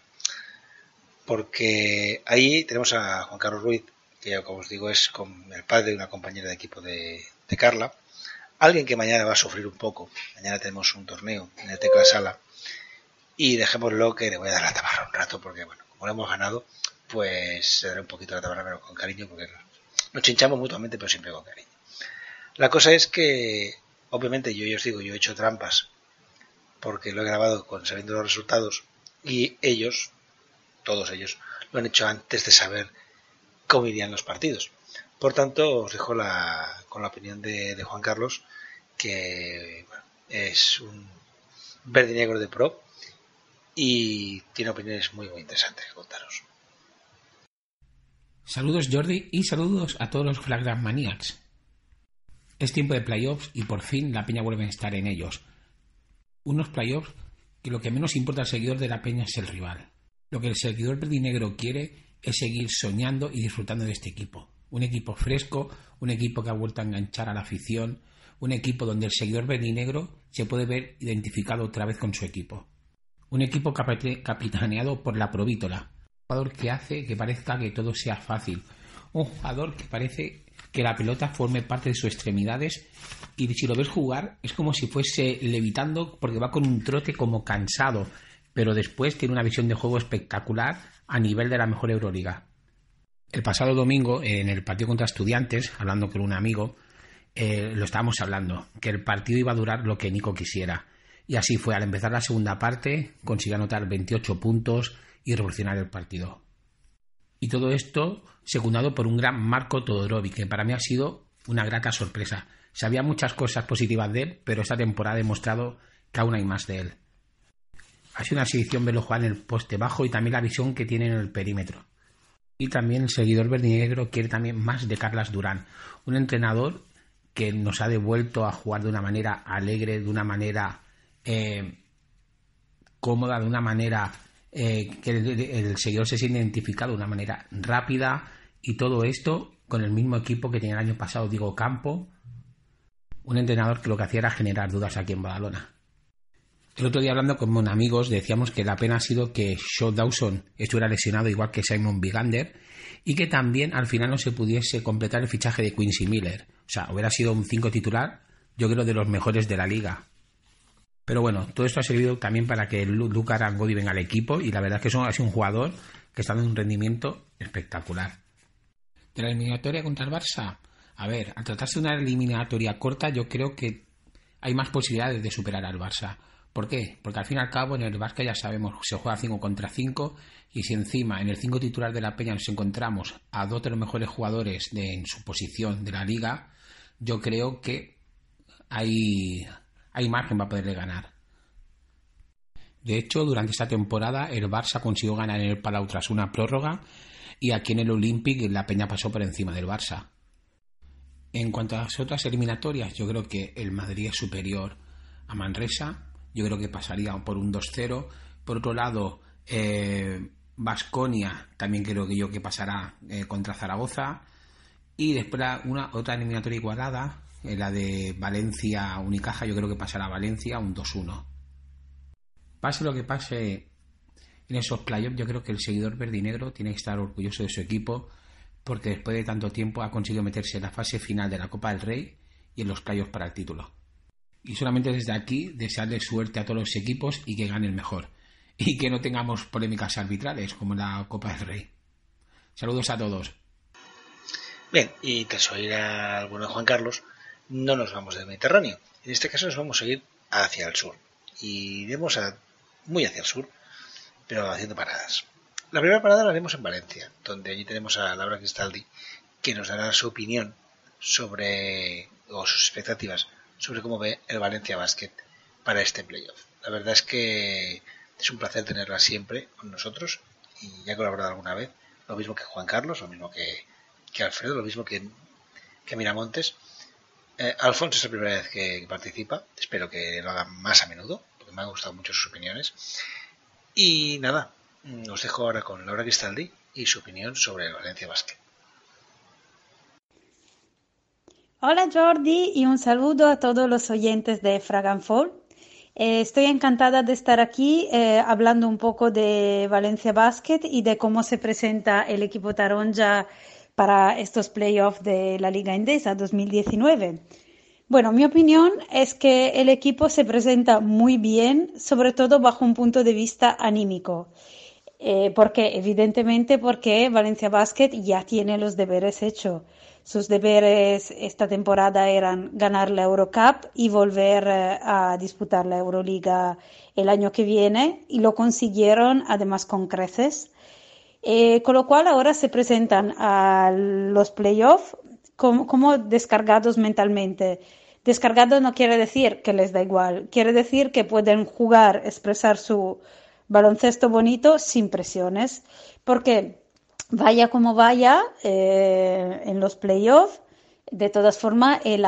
porque ahí tenemos a Juan Carlos Ruiz, que, como os digo, es el padre de una compañera de equipo de Carla, alguien que mañana va a sufrir un poco. Mañana tenemos un torneo en el Tecla Sala, y dejémoslo que le voy a dar la tabarra un rato, porque bueno, como lo hemos ganado, pues le daré un poquito la tabarra, pero con cariño, porque nos chinchamos mutuamente, pero siempre con cariño. La cosa es que, obviamente, yo os digo, yo he hecho trampas, porque lo he grabado sabiendo los resultados, y ellos, todos ellos, lo han hecho antes de saber cómo irían los partidos. Por tanto, os dejo con la opinión de Juan Carlos, que bueno, es un verde y negro de pro, y tiene opiniones muy muy interesantes que contaros. Saludos, Jordi, y saludos a todos los Flagrant Maniacs. Es tiempo de playoffs y por fin la Peña vuelve a estar en ellos. Unos playoffs que lo que menos importa al seguidor de la Peña es el rival. Lo que el seguidor verdinegro quiere es seguir soñando y disfrutando de este equipo. Un equipo fresco, un equipo que ha vuelto a enganchar a la afición, un equipo donde el seguidor verdinegro se puede ver identificado otra vez con su equipo. Un equipo capitaneado por la Provítola, un jugador que hace que parezca que todo sea fácil, un jugador que parece que la pelota forme parte de sus extremidades, y si lo ves jugar es como si fuese levitando, porque va con un trote como cansado, pero después tiene una visión de juego espectacular a nivel de la mejor Euroliga. El pasado domingo, en el partido contra Estudiantes, hablando con un amigo, lo estábamos hablando, que el partido iba a durar lo que Nico quisiera. Y así fue. Al empezar la segunda parte, consiguió anotar 28 puntos y revolucionar el partido. Y todo esto secundado por un gran Marko Todorovic, que para mí ha sido una grata sorpresa. Sabía muchas cosas positivas de él, pero esta temporada ha demostrado que aún hay más de él. Ha sido una exhibición verlo jugar en el poste bajo y también la visión que tiene en el perímetro. Y también el seguidor verdinegro quiere también más de Carlas Durán, un entrenador que nos ha devuelto a jugar de una manera alegre, de una manera cómoda, de una manera que el seguidor se siente identificado de una manera rápida, y todo esto con el mismo equipo que tenía el año pasado Diego Campo, un entrenador que lo que hacía era generar dudas aquí en Badalona. El otro día, hablando con amigos, decíamos que la pena ha sido que Shaw Dawson estuviera lesionado igual que Simon Bigander, y que también al final no se pudiese completar el fichaje de Quincy Miller. O sea, hubiera sido un 5 titular, yo creo, de los mejores de la liga. Pero bueno, todo esto ha servido también para que Luka Rangodi venga al equipo, y la verdad es que ha sido un jugador que está dando un rendimiento espectacular. De la eliminatoria contra el Barça, a ver, al tratarse de una eliminatoria corta, yo creo que hay más posibilidades de superar al Barça. ¿Por qué? Porque al fin y al cabo en el Barça ya sabemos, se juega 5 contra 5, y si encima en el 5 titular de la Peña nos encontramos a 2 de los mejores jugadores en su posición de la liga, yo creo que hay margen para poderle ganar. De hecho, durante esta temporada el Barça consiguió ganar en el Palau tras una prórroga, y aquí en el Olympic la Peña pasó por encima del Barça. En cuanto a las otras eliminatorias, yo creo que el Madrid es superior a Manresa. Yo creo que pasaría por un 2-0. Por otro lado, Baskonia también creo que yo que pasará contra Zaragoza. Y después otra eliminatoria igualada, la de Valencia-Unicaja, yo creo que pasará a Valencia un 2-1. Pase lo que pase en esos playoffs, yo creo que el seguidor verdinegro tiene que estar orgulloso de su equipo, porque después de tanto tiempo ha conseguido meterse en la fase final de la Copa del Rey y en los playoffs para el título. Y solamente desde aquí desearle suerte a todos los equipos y que gane el mejor. Y que no tengamos polémicas arbitrales como en la Copa del Rey. Saludos a todos. Bien, y tras oír al bueno de Juan Carlos, no nos vamos del Mediterráneo. En este caso nos vamos a ir hacia el sur. Y iremos muy hacia el sur, pero haciendo paradas. La primera parada la haremos en Valencia, donde allí tenemos a Laura Cristaldi, que nos dará su opinión o sus expectativas sobre cómo ve el Valencia Basket para este playoff. La verdad es que es un placer tenerla siempre con nosotros y ya he colaborado alguna vez, lo mismo que Juan Carlos, lo mismo que Alfredo, lo mismo que Miramontes. Alfonso es la primera vez que participa, espero que lo haga más a menudo, porque me han gustado mucho sus opiniones. Y nada, os dejo ahora con Laura Cristaldi y su opinión sobre el Valencia Basket. Hola Jordi y un saludo a todos los oyentes de Frag and Fall. Estoy encantada de estar aquí hablando un poco de Valencia Basket y de cómo se presenta el equipo Taronja para estos playoffs de la Liga Endesa 2019. Bueno, mi opinión es que el equipo se presenta muy bien, sobre todo bajo un punto de vista anímico. Porque Valencia Basket ya tiene los deberes hechos. Sus deberes esta temporada eran ganar la Eurocup y volver a disputar la Euroliga el año que viene, y lo consiguieron además con creces. Con lo cual ahora se presentan a los playoffs como descargados mentalmente. Descargado no quiere decir que les da igual, quiere decir que pueden jugar, expresar su baloncesto bonito sin presiones, porque vaya como vaya en los playoffs, de todas formas el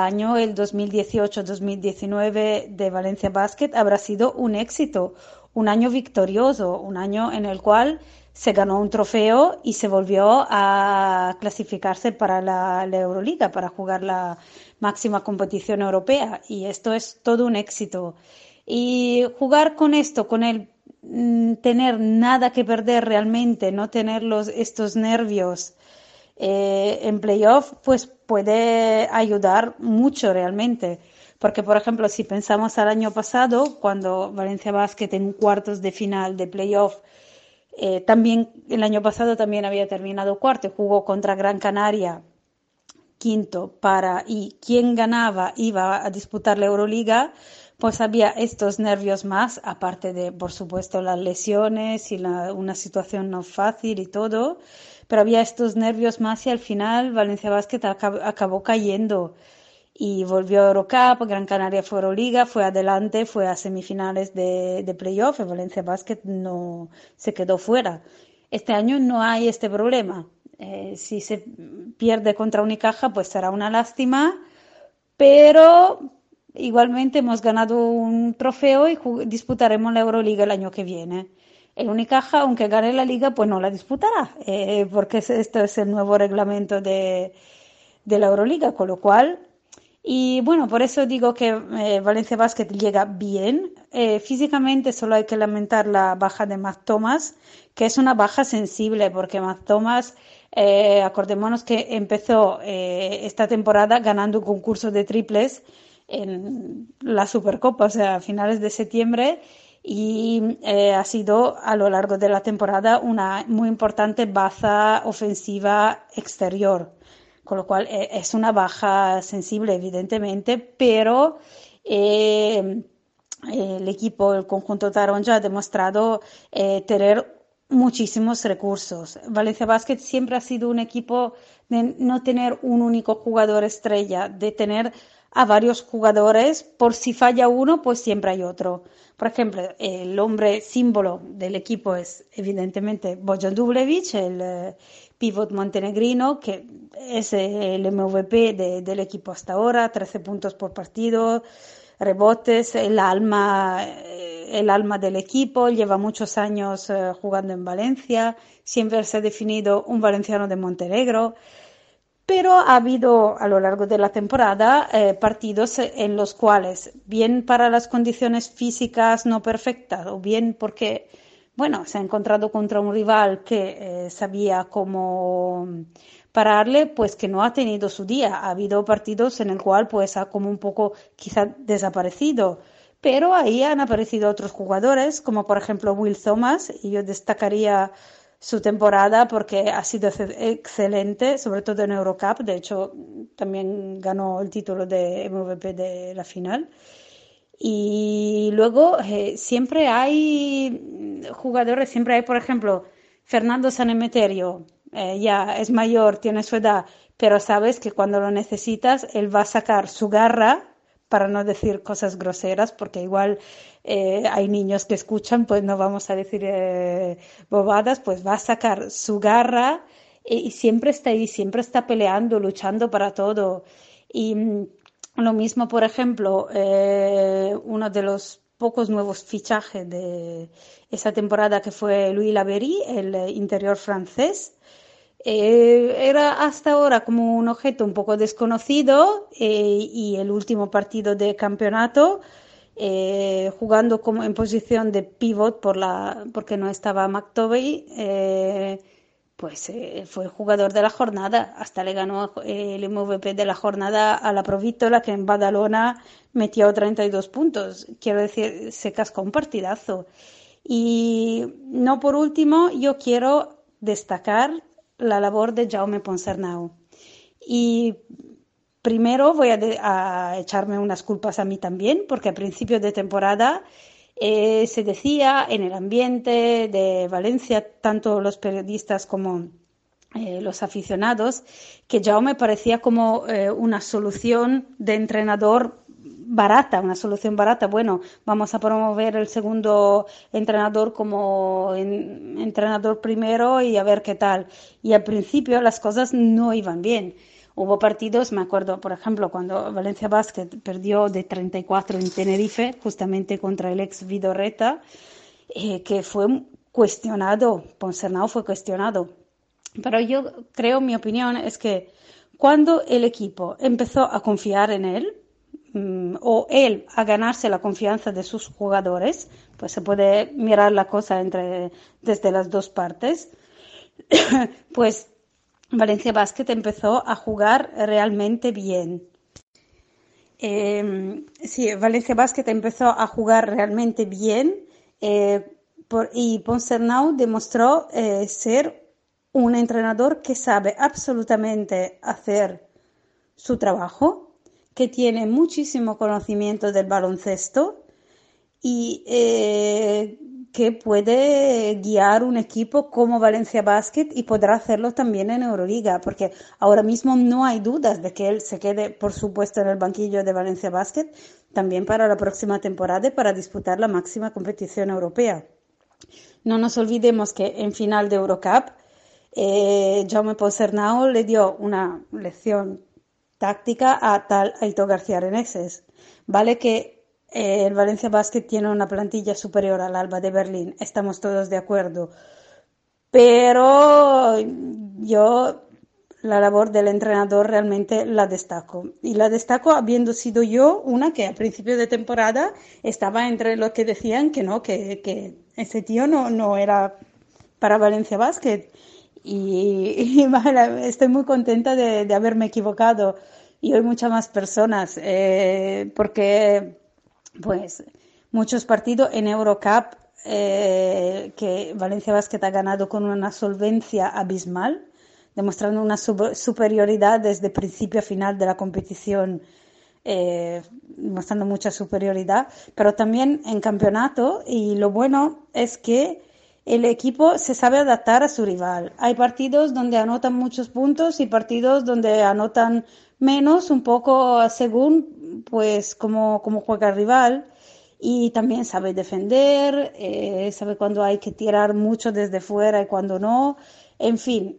2018-2019 de Valencia Basket habrá sido un éxito, un año victorioso, un año en el cual se ganó un trofeo y se volvió a clasificarse para la Euroliga, para jugar la máxima competición europea, y esto es todo un éxito. Y jugar con esto, con el tener nada que perder realmente, no tener estos nervios en playoff, pues puede ayudar mucho realmente. Porque, por ejemplo, si pensamos al año pasado, cuando Valencia Basket en cuartos de final de playoff, también el año pasado también había terminado cuarto, jugó contra Gran Canaria, quinto, y quien ganaba iba a disputar la Euroliga, pues había estos nervios más, aparte de, por supuesto, las lesiones y una situación no fácil y todo, pero había estos nervios más y al final Valencia Basket acabó cayendo y volvió a Eurocup. Gran Canaria fue Euroliga, fue adelante, fue a semifinales de playoff, y Valencia Basket no se quedó fuera. Este año no hay este problema. Si se pierde contra Unicaja, pues será una lástima, pero igualmente hemos ganado un trofeo y disputaremos la Euroliga el año que viene. El Unicaja, aunque gane la liga, pues no la disputará, porque esto es el nuevo reglamento de la Euroliga, con lo cual. Y bueno, por eso digo que Valencia Basket llega bien. Físicamente solo hay que lamentar la baja de Matt Thomas, que es una baja sensible, porque Matt Thomas, acordémonos que empezó esta temporada ganando un concurso de triples en la Supercopa, o sea, a finales de septiembre, y ha sido a lo largo de la temporada una muy importante baza ofensiva exterior. Con lo cual es una baja sensible, evidentemente, pero el equipo, el conjunto Taronja ha demostrado tener muchísimos recursos. Valencia Basket siempre ha sido un equipo de no tener un único jugador estrella, de tener a varios jugadores, por si falla uno, pues siempre hay otro. Por ejemplo, el hombre símbolo del equipo es evidentemente Bojan Dublevic, el pivot montenegrino, que es el MVP del equipo hasta ahora, 13 puntos por partido, rebotes, el alma el alma del equipo, lleva muchos años jugando en Valencia, siempre se ha definido un valenciano de Montenegro. Pero ha habido a lo largo de la temporada partidos en los cuales, bien para las condiciones físicas no perfectas o bien porque, bueno, se ha encontrado contra un rival que sabía cómo pararle, pues que no ha tenido su día. Ha habido partidos en el cual pues ha como un poco quizá desaparecido. Pero ahí han aparecido otros jugadores, como por ejemplo Will Thomas, y yo destacaría su temporada porque ha sido excelente, sobre todo en Eurocup. De hecho, también ganó el título de MVP de la final. Y luego siempre hay jugadores, siempre hay, por ejemplo, Fernando Sanemeterio, ya es mayor, tiene su edad, pero sabes que cuando lo necesitas, él va a sacar su garra, para no decir cosas groseras, porque igual hay niños que escuchan, pues no vamos a decir bobadas, pues va a sacar su garra y siempre está ahí, siempre está peleando, luchando para todo. Y lo mismo, por ejemplo, uno de los pocos nuevos fichajes de esa temporada que fue Louis Laberie, el interior francés. Era hasta ahora como un objeto un poco desconocido y el último partido de campeonato jugando como en posición de pivot porque no estaba McTominay, pues fue el jugador de la jornada, hasta le ganó el MVP de la jornada a la Provítola, que en Badalona metió 32 puntos, quiero decir, se cascó un partidazo. Y no por último, yo quiero destacar la labor de Jaume Ponsarnau. Y primero voy a echarme unas culpas a mí también, porque a principio de temporada se decía en el ambiente de Valencia, tanto los periodistas como los aficionados, que Jaume parecía como una solución de entrenador barata, una solución barata. Bueno, vamos a promover el segundo entrenador como entrenador primero y a ver qué tal. Y al principio las cosas no iban bien. Hubo partidos, me acuerdo, por ejemplo, cuando Valencia Basket perdió de 34 en Tenerife, justamente contra el ex Vidorreta, que fue cuestionado, Ponsarnau fue cuestionado. Pero yo creo, mi opinión es que cuando el equipo empezó a confiar en él, o él a ganarse la confianza de sus jugadores, pues se puede mirar la cosa desde las dos partes, pues Valencia Basket empezó a jugar realmente bien. Sí, Valencia Basket empezó a jugar realmente bien y Ponsarnau demostró ser un entrenador que sabe absolutamente hacer su trabajo, que tiene muchísimo conocimiento del baloncesto y que puede guiar un equipo como Valencia Basket y podrá hacerlo también en Euroliga, porque ahora mismo no hay dudas de que él se quede, por supuesto, en el banquillo de Valencia Basket también para la próxima temporada y para disputar la máxima competición europea. No nos olvidemos que en final de Eurocup Jaume Ponsarnau le dio una lección táctica a tal Aitor García Reneses. Vale que el Valencia Basket tiene una plantilla superior al Alba de Berlín, estamos todos de acuerdo, pero yo la labor del entrenador realmente la destaco, y la destaco habiendo sido yo una que a principio de temporada estaba entre los que decían que no, que ese tío no era para Valencia Basket. Y vale, estoy muy contenta de haberme equivocado, y hoy muchas más personas, porque pues muchos partidos en Eurocup que Valencia Basket ha ganado con una solvencia abismal, demostrando una superioridad desde principio a final de la competición, mostrando mucha superioridad, pero también en campeonato. Y lo bueno es que el equipo se sabe adaptar a su rival. Hay partidos donde anotan muchos puntos y partidos donde anotan menos, un poco según pues cómo juega el rival, y también sabe defender, sabe cuándo hay que tirar mucho desde fuera y cuándo no. En fin,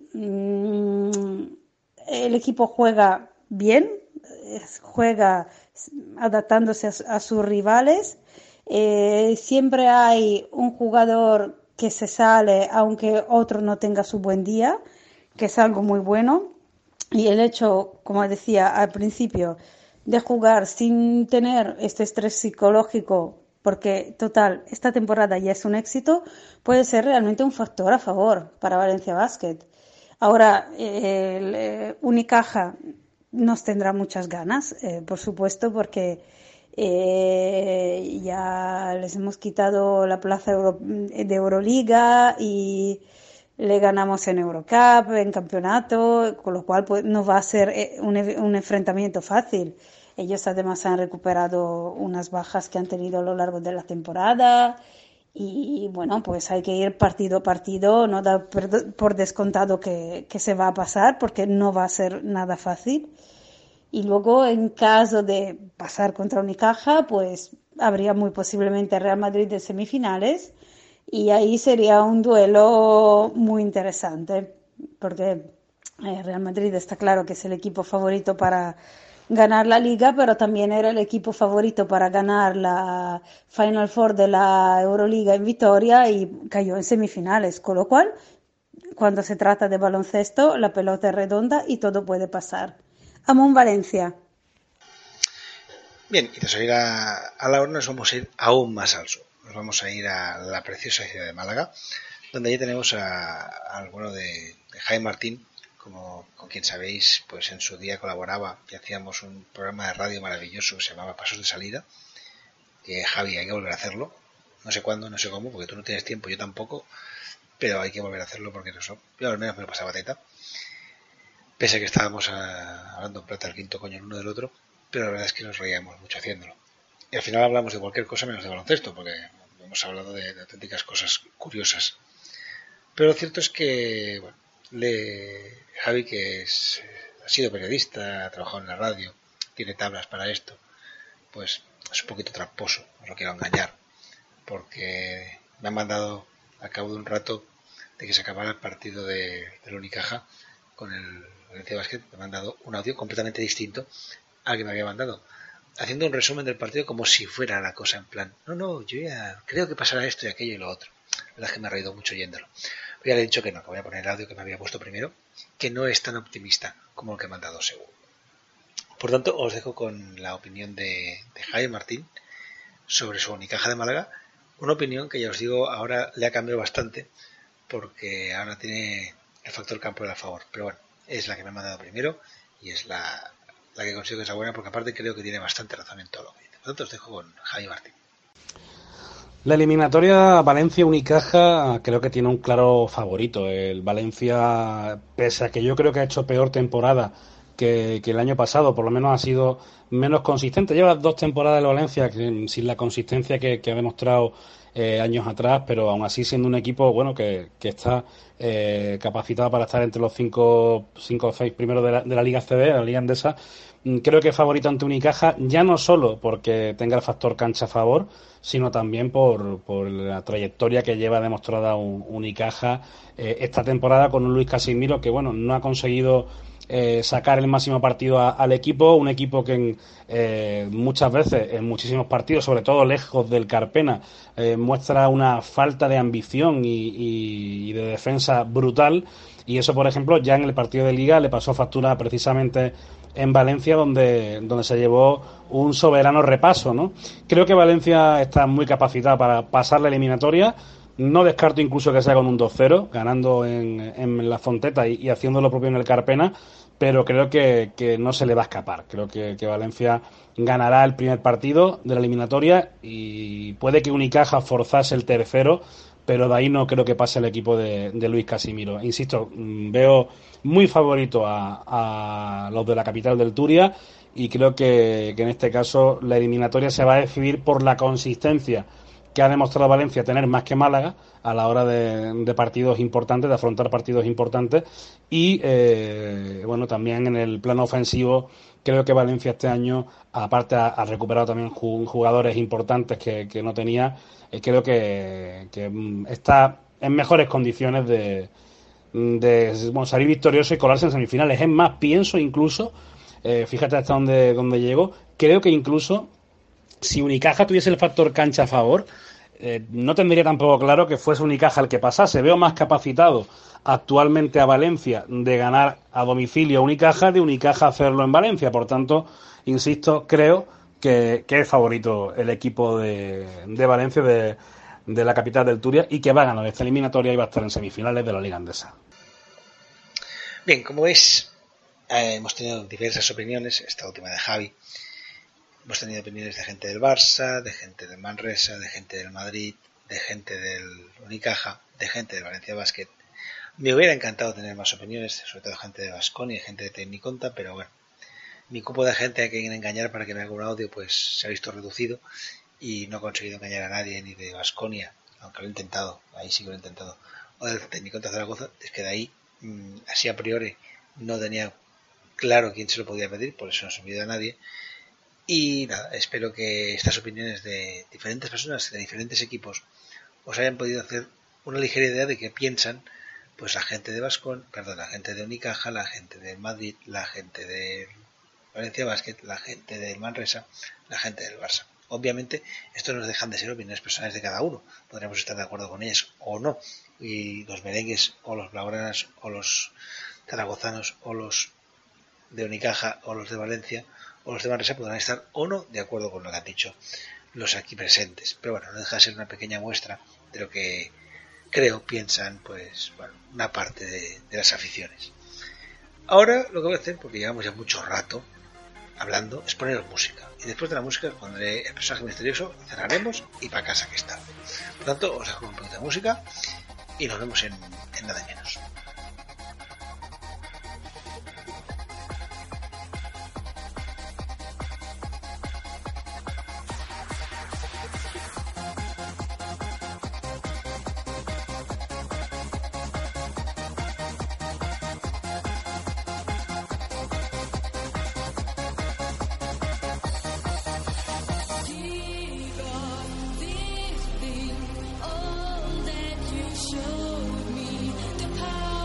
el equipo juega bien, juega adaptándose a sus rivales. Siempre hay un jugador que se sale aunque otro no tenga su buen día, que es algo muy bueno. Y el hecho, como decía al principio, de jugar sin tener este estrés psicológico, porque total, esta temporada ya es un éxito, puede ser realmente un factor a favor para Valencia Basket. Ahora, Unicaja nos tendrá muchas ganas, por supuesto, porque ya les hemos quitado la plaza de Euroliga y le ganamos en Eurocup, en campeonato, con lo cual pues, no va a ser un enfrentamiento fácil. Ellos además han recuperado unas bajas que han tenido a lo largo de la temporada y bueno, pues hay que ir partido a partido, no dar por descontado que se va a pasar porque no va a ser nada fácil. Y luego, en caso de pasar contra Unicaja, pues habría muy posiblemente Real Madrid de semifinales y ahí sería un duelo muy interesante porque Real Madrid está claro que es el equipo favorito para ganar la Liga, pero también era el equipo favorito para ganar la Final Four de la Euroliga en Vitoria y cayó en semifinales, con lo cual, cuando se trata de baloncesto, la pelota es redonda y todo puede pasar. Amón Valencia. Bien, y tras ir a la hora nos vamos a ir aún más al sur. Nos vamos a ir a la preciosa ciudad de Málaga, donde allí tenemos al bueno de Jaime Martín, como con quien sabéis, pues en su día colaboraba y hacíamos un programa de radio maravilloso que se llamaba Pasos de Salida, que Javi, hay que volver a hacerlo, no sé cuándo, no sé cómo, porque tú no tienes tiempo, yo tampoco, pero hay que volver a hacerlo porque yo al menos me lo pasaba teta, pese a que estábamos hablando en plata el quinto coño el uno del otro, pero la verdad es que nos reíamos mucho haciéndolo. Y al final hablamos de cualquier cosa menos de baloncesto, porque hemos hablado de auténticas cosas curiosas. Pero lo cierto es que, bueno, Javi, que ha sido periodista, ha trabajado en la radio, tiene tablas para esto, pues es un poquito tramposo, no lo quiero engañar, porque me han mandado a cabo de un rato de que se acabara el partido del Unicaja con el Valencia Basket, me han mandado un audio completamente distinto al que me había mandado, haciendo un resumen del partido como si fuera la cosa en plan, no, yo ya creo que pasará esto y aquello y lo otro. La verdad es que me he reído mucho oyéndolo. Ya le he dicho que no, que voy a poner el audio que me había puesto primero, que no es tan optimista como el que me han dado seguro. Por tanto, os dejo con la opinión de Jaime Martín sobre su Unicaja de Málaga, una opinión que ya os digo ahora le ha cambiado bastante, porque ahora tiene el factor campo a favor, pero bueno, es la que me han mandado primero y es la que consigo que sea buena, porque aparte creo que tiene bastante razón en todo lo que dice. Por tanto, os dejo con Jaime Martín. La eliminatoria Valencia-Unicaja creo que tiene un claro favorito. El Valencia, pese a que yo creo que ha hecho peor temporada que el año pasado, por lo menos ha sido menos consistente. Lleva 2 temporadas de Valencia sin la consistencia que ha demostrado años atrás, pero aún así siendo un equipo bueno que está capacitado para estar entre los 5 o 6 primeros de la Liga CB, de la Liga Endesa. Creo que es favorito ante Unicaja, ya no solo porque tenga el factor cancha a favor, sino también por la trayectoria que lleva demostrada Unicaja esta temporada con un Luis Casimiro que bueno no ha conseguido sacar el máximo partido al equipo, un equipo que muchas veces en muchísimos partidos, sobre todo lejos del Carpena, muestra una falta de ambición y de defensa brutal, y eso por ejemplo ya en el partido de Liga le pasó factura precisamente en Valencia, donde se llevó un soberano repaso, ¿no? Creo que Valencia está muy capacitada para pasar la eliminatoria. No descarto incluso que sea con un 2-0, ganando en la Fonteta y haciendo lo propio en el Carpena, pero creo que no se le va a escapar. Creo que Valencia ganará el primer partido de la eliminatoria y puede que Unicaja forzase el tercero, pero de ahí no creo que pase el equipo de Luis Casimiro. Insisto, veo muy favorito a los de la capital del Turia y creo que en este caso la eliminatoria se va a decidir por la consistencia que ha demostrado Valencia tener más que Málaga a la hora de partidos importantes, de afrontar partidos importantes y bueno, también en el plano ofensivo creo que Valencia este año aparte ha recuperado también jugadores importantes que no tenía. Creo que está en mejores condiciones de salir victorioso y colarse en semifinales. Es más, pienso incluso, fíjate hasta dónde llego, creo que incluso si Unicaja tuviese el factor cancha a favor, no tendría tampoco claro que fuese Unicaja el que pasase. Veo más capacitado actualmente a Valencia de ganar a domicilio a Unicaja, de Unicaja hacerlo en Valencia. Por tanto, insisto, creo que es favorito el equipo de Valencia, de la capital del Turia, y que va a ganar esta eliminatoria y va a estar en semifinales de la Liga Endesa. Bien, como veis, hemos tenido diversas opiniones, esta última de Javi. Hemos tenido opiniones de gente del Barça, de gente del Manresa, de gente del Madrid, de gente del Unicaja, de gente del Valencia Basket. Me hubiera encantado tener más opiniones, sobre todo gente de Baskonia y gente de Tecniconta, pero bueno, mi cupo de gente a quien engañar para que me haga un audio pues se ha visto reducido y no he conseguido engañar a nadie, ni de Baskonia, aunque lo he intentado, ahí sí que lo he intentado, o del Tecniconta Zaragoza. Es que de ahí, así a priori, no tenía claro quién se lo podía pedir, por eso no se me olvida a nadie. Y nada, espero que estas opiniones de diferentes personas, de diferentes equipos, os hayan podido hacer una ligera idea de qué piensan pues la gente de la gente de Unicaja, la gente del Madrid, la gente de Valencia Basket, la gente del Manresa, la gente del Barça. Obviamente, estos no dejan de ser opiniones personales de cada uno. Podremos estar de acuerdo con ellas o no. Y los merengues, o los blaugranas, o los zaragozanos, o los de Unicaja, o los de Valencia, o los de Manresa podrán estar o no de acuerdo con lo que han dicho los aquí presentes. Pero bueno, no deja de ser una pequeña muestra de lo que creo piensan pues bueno, una parte de las aficiones. Ahora lo que voy a hacer, porque llevamos ya mucho rato hablando, es poneros música. Y después de la música pondré el personaje misterioso, cerraremos y para casa que está. Por tanto, os dejo un poquito de música y nos vemos en nada y menos. Showed me the power.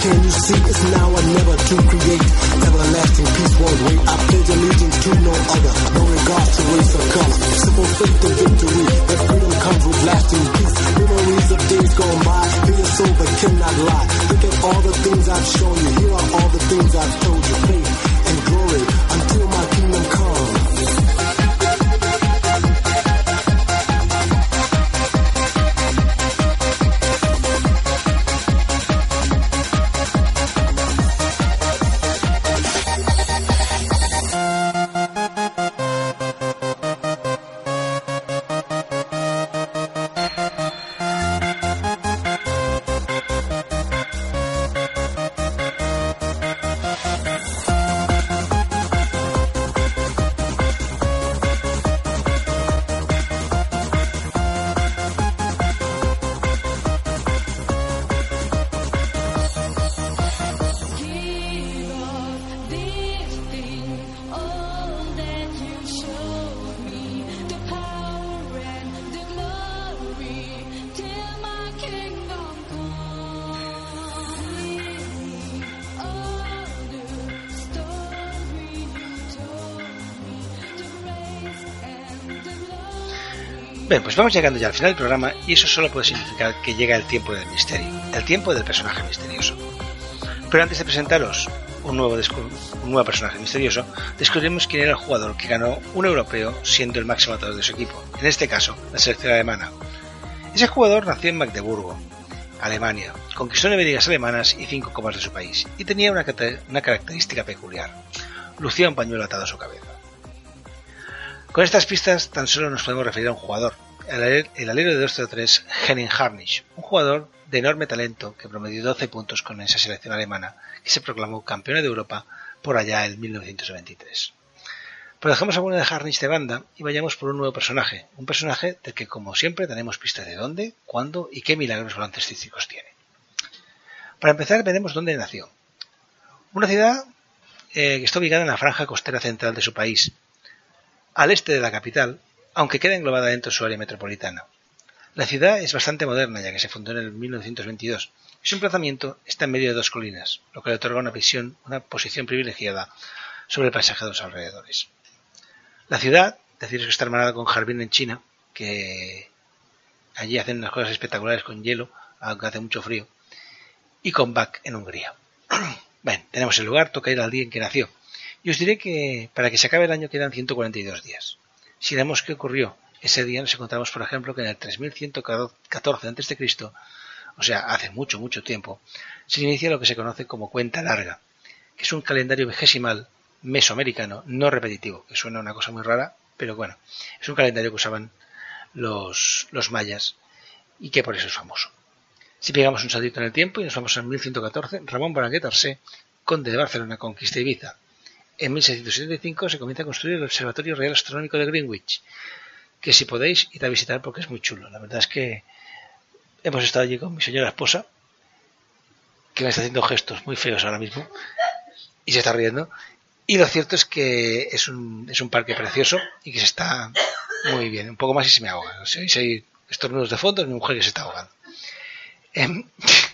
Can you see it's now or never to create everlasting peace won't wait. I pledge allegiance to no other, no regards to race or color. Simple faith and victory, that freedom comes with lasting peace. Memories of days gone by, being sober cannot lie. Look at all the things I've shown you, here are all the things I've told you. Faith and glory until my kingdom comes. Bien, pues vamos llegando ya al final del programa y eso solo puede significar que llega el tiempo del misterio, el tiempo del personaje misterioso. Pero antes de presentaros un nuevo personaje misterioso, descubriremos quién era el jugador que ganó un europeo siendo el máximo anotador de su equipo, en este caso, la selección alemana. Ese jugador nació en Magdeburgo, Alemania, conquistó 9 ligas alemanas y 5 copas de su país, y tenía una característica peculiar: lucía un pañuelo atado a su cabeza. Con estas pistas tan solo nos podemos referir a un jugador, el alero de 2-3 Henning Harnisch, un jugador de enorme talento que promedió 12 puntos con esa selección alemana que se proclamó campeona de Europa por allá en 1923. Pero dejamos alguna de Harnisch de banda y vayamos por un nuevo personaje, un personaje del que como siempre tenemos pistas de dónde, cuándo y qué milagros baloncestísticos tiene. Para empezar veremos dónde nació. Una ciudad que está ubicada en la franja costera central de su país, al este de la capital, aunque queda englobada dentro de su área metropolitana. La ciudad es bastante moderna, ya que se fundó en el 1922, y su emplazamiento está en medio de 2 colinas, lo que le otorga una posición privilegiada sobre el paisaje de los alrededores. La ciudad, deciros que está hermanada con Harbin en China, que allí hacen unas cosas espectaculares con hielo, aunque hace mucho frío, y con Bac en Hungría. Bueno, tenemos el lugar, toca ir al día en que nació. Y os diré que para que se acabe el año quedan 142 días. Si vemos qué ocurrió ese día, nos encontramos, por ejemplo, que en el 3114 a.C., o sea, hace mucho tiempo, se inicia lo que se conoce como cuenta larga, que es un calendario vigesimal mesoamericano no repetitivo, que suena una cosa muy rara, pero bueno, es un calendario que usaban los mayas y que por eso es famoso. Si pegamos un saltito en el tiempo y nos vamos al 1114, Ramón Berenguer Tercer, conde de Barcelona, conquista Ibiza. En 1675 se comienza a construir el Observatorio Real Astronómico de Greenwich, que si podéis id a visitar porque es muy chulo. La verdad es que hemos estado allí con mi señora esposa, que me está haciendo gestos muy feos ahora mismo y se está riendo. Y lo cierto es que es un parque precioso y que se está muy bien. Un poco más y se me ahoga. Si hay estornudos de fondo, es mi mujer que se está ahogando. En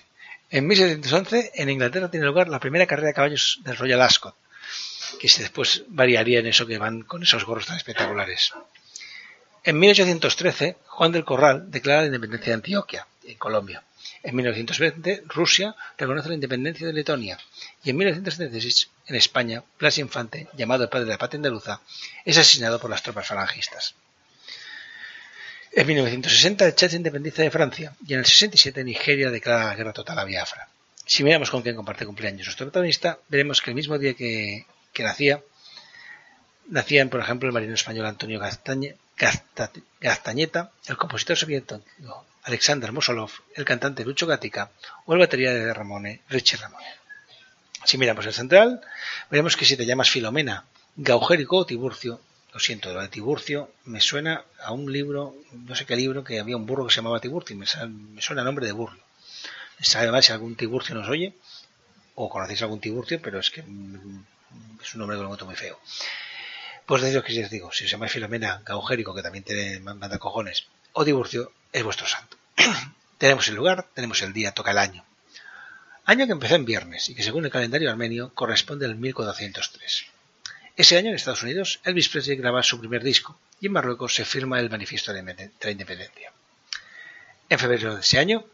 1711 en Inglaterra tiene lugar la primera carrera de caballos del Royal Ascot, que después variaría en eso que van con esos gorros tan espectaculares. En 1813, Juan del Corral declara la independencia de Antioquia, en Colombia. En 1920, Rusia reconoce la independencia de Letonia. Y en 1976, en España, Blas Infante, llamado el padre de la patria andaluza, es asesinado por las tropas falangistas. En 1960, el Chad se independiza de Francia. Y en el 67, Nigeria declara la guerra total a Biafra. Si miramos con quién comparte cumpleaños nuestro protagonista, veremos que el mismo día que nacían, por ejemplo, el marino español Antonio Gaztañeta, el compositor soviético Alexander Mosolov, el cantante Lucho Gatica o el batería de Ramone, Richie Ramone. Si miramos el central, veremos que si te llamas Filomena, Gaugérico o Tiburcio, lo siento, lo de Tiburcio me suena a un libro, no sé qué libro, que había un burro que se llamaba Tiburcio y me suena a nombre de burro. Sabe mal si algún Tiburcio nos oye o conocéis algún Tiburcio, pero es que es un nombre que lo noto muy feo. Pues deciros que si os digo, si os llamáis Filomena, Gaugérico, que también tiene manda cojones, o Tiburcio, es vuestro santo. Tenemos el lugar, tenemos el día, toca el año. Año que empezó en viernes y que según el calendario armenio corresponde al 1403. Ese año en Estados Unidos Elvis Presley graba su primer disco y en Marruecos se firma el Manifiesto de la Independencia. En febrero de ese año,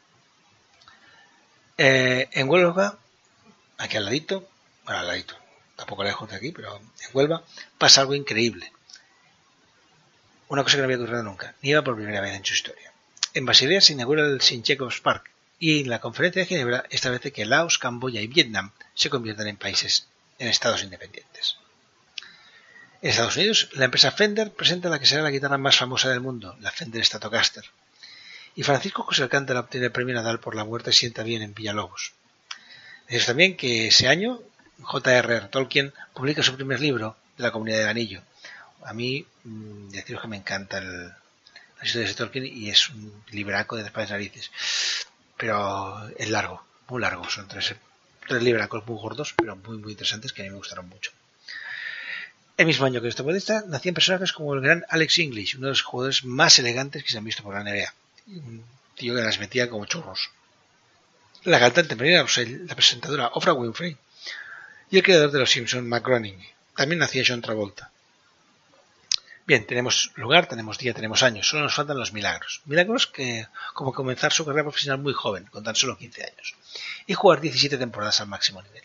en Huelva, aquí al ladito, tampoco lejos de aquí, pero en Huelva, pasa algo increíble. Una cosa que no había ocurrido nunca, ni iba por primera vez en su historia. En Basilea se inaugura el Sint-Jacobs Park y en la conferencia de Ginebra establece que Laos, Camboya y Vietnam se conviertan en estados independientes. En Estados Unidos, la empresa Fender presenta la que será la guitarra más famosa del mundo, la Fender Stratocaster. Y Francisco José Alcántara obtiene el premio Nadal por La muerte sienta bien en Villalobos. Deciros también que ese año J.R.R. Tolkien publica su primer libro de la Comunidad del Anillo. A mí, deciros que me encanta las historias de Tolkien y es un libraco de tres narices. Pero es largo, muy largo. Son tres libracos muy gordos, pero muy, muy interesantes que a mí me gustaron mucho. El mismo año que este futbolista nacían personajes como el gran Alex English, uno de los jugadores más elegantes que se han visto por la NBA. Un tío que las metía como churros. La cantante Marina Rosell, la presentadora Oprah Winfrey y el creador de Los Simpsons, Matt Groening. También nacía John Travolta. Bien, tenemos lugar, tenemos día, tenemos años. Solo nos faltan los milagros. Milagros que, como comenzar su carrera profesional muy joven, con tan solo 15 años. Y jugar 17 temporadas al máximo nivel.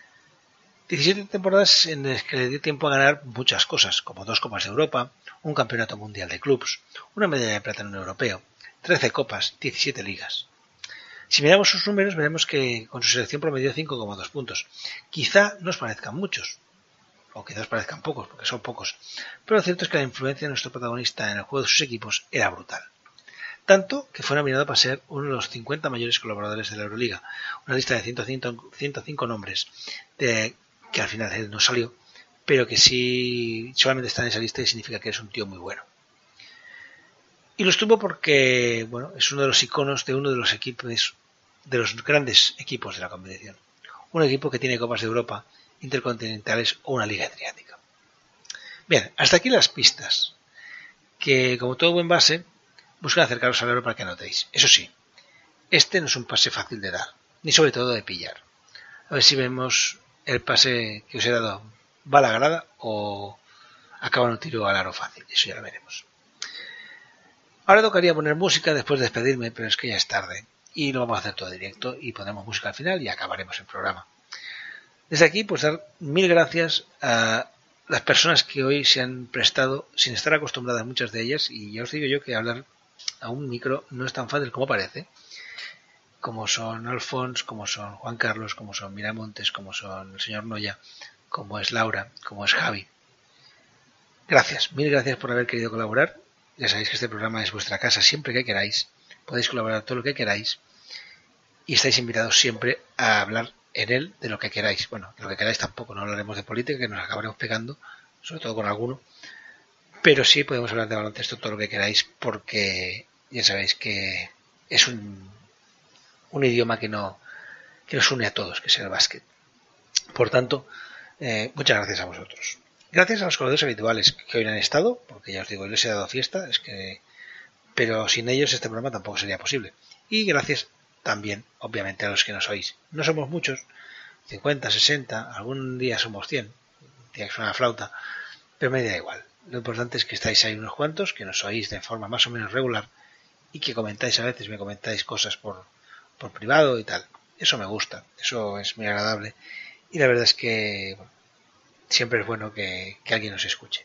17 temporadas en las que le dio tiempo a ganar muchas cosas, como 2 Copas de Europa, un Campeonato Mundial de Clubs, una medalla de plata en un europeo, 13 copas, 17 ligas. Si miramos sus números, veremos que con su selección promedió 5,2 puntos. Quizá nos parezcan muchos, o quizás parezcan pocos, porque son pocos, pero lo cierto es que la influencia de nuestro protagonista en el juego de sus equipos era brutal. Tanto que fue nominado para ser uno de los 50 mayores colaboradores de la Euroliga, una lista de 105 nombres, que al final él no salió, pero que sí solamente está en esa lista y significa que es un tío muy bueno. Y lo estuvo porque, bueno, es uno de los iconos de uno de los equipos, de los grandes equipos de la competición. Un equipo que tiene Copas de Europa, Intercontinentales o una Liga Adriática. Bien, hasta aquí las pistas, que como todo buen base, buscan acercaros al aro para que anotéis. Eso sí, este no es un pase fácil de dar, ni sobre todo de pillar. A ver si vemos el pase que os he dado va a la grada o acaba en un tiro al aro fácil. Eso ya lo veremos. Ahora tocaría poner música después de despedirme, pero es que ya es tarde y lo vamos a hacer todo directo y pondremos música al final y acabaremos el programa. Desde aquí, pues dar mil gracias a las personas que hoy se han prestado, sin estar acostumbradas muchas de ellas, y ya os digo yo que hablar a un micro no es tan fácil como parece, como son Alfons, como son Juan Carlos, como son Miramontes, como son el señor Noya, como es Laura, como es Javi. Gracias, mil gracias por haber querido colaborar. Ya sabéis que este programa es vuestra casa siempre que queráis, podéis colaborar todo lo que queráis y estáis invitados siempre a hablar en él de lo que queráis. Bueno, de lo que queráis tampoco, no hablaremos de política, que nos acabaremos pegando, sobre todo con alguno, pero sí podemos hablar de baloncesto todo lo que queráis, porque ya sabéis que es un idioma que nos une a todos, que es el básquet. Por tanto, muchas gracias a vosotros. Gracias a los colaboradores habituales que hoy han estado, porque ya os digo, hoy les he dado fiesta, pero sin ellos este programa tampoco sería posible. Y gracias también, obviamente, a los que nos oís. No somos muchos, 50, 60, algún día somos 100, día que suena la flauta, pero me da igual. Lo importante es que estáis ahí unos cuantos, que nos oís de forma más o menos regular y que comentáis a veces, me comentáis cosas por privado y tal. Eso me gusta, eso es muy agradable y la verdad es que siempre es bueno que alguien nos escuche.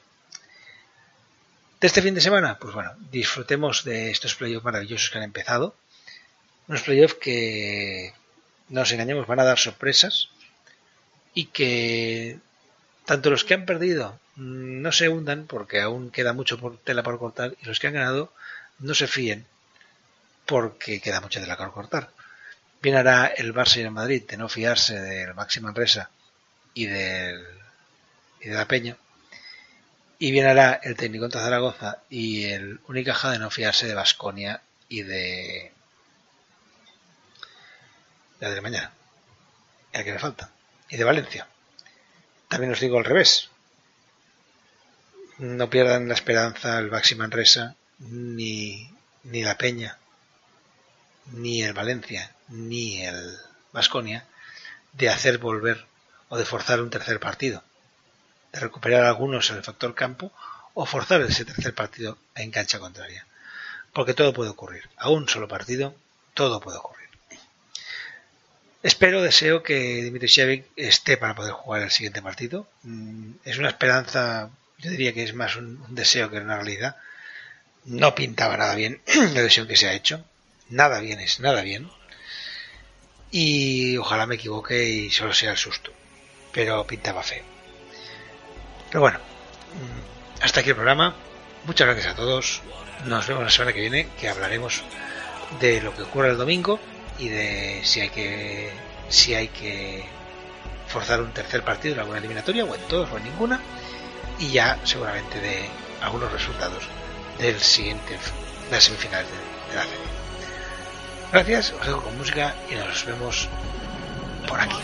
De este fin de semana, pues bueno, disfrutemos de estos playoffs maravillosos que han empezado. Unos playoffs que, no nos engañemos, van a dar sorpresas y que tanto los que han perdido no se hundan porque aún queda mucho tela por cortar y los que han ganado no se fíen porque queda mucha tela por cortar. Bien hará el Barça y el Madrid de no fiarse del Baxi Manresa y de la Peña, y bien hará el Técnico de Zaragoza y el Unicaja de no fiarse de Baskonia y de mañana, el que le falta, y de Valencia. También os digo al revés, no pierdan la esperanza el Baxi Manresa ni la Peña ni el Valencia ni el Baskonia, de hacer volver o de forzar un tercer partido, de recuperar algunos en el factor campo o forzar ese tercer partido en cancha contraria, porque todo puede ocurrir. A un solo partido todo puede ocurrir. Deseo que Dimitrijevic esté para poder jugar el siguiente partido. Es una esperanza, yo diría que es más un deseo que una realidad. No pintaba nada bien la lesión que se ha hecho. Nada bien es nada bien. Y ojalá me equivoque y solo sea el susto. Pero pintaba feo. Pero bueno, hasta aquí el programa. Muchas gracias a todos. Nos vemos la semana que viene, que hablaremos de lo que ocurre el domingo y de si hay que forzar un tercer partido en alguna eliminatoria, o en todos o en ninguna, y ya seguramente de algunos resultados de las semifinales de la serie. Gracias, os dejo con música y nos vemos por aquí.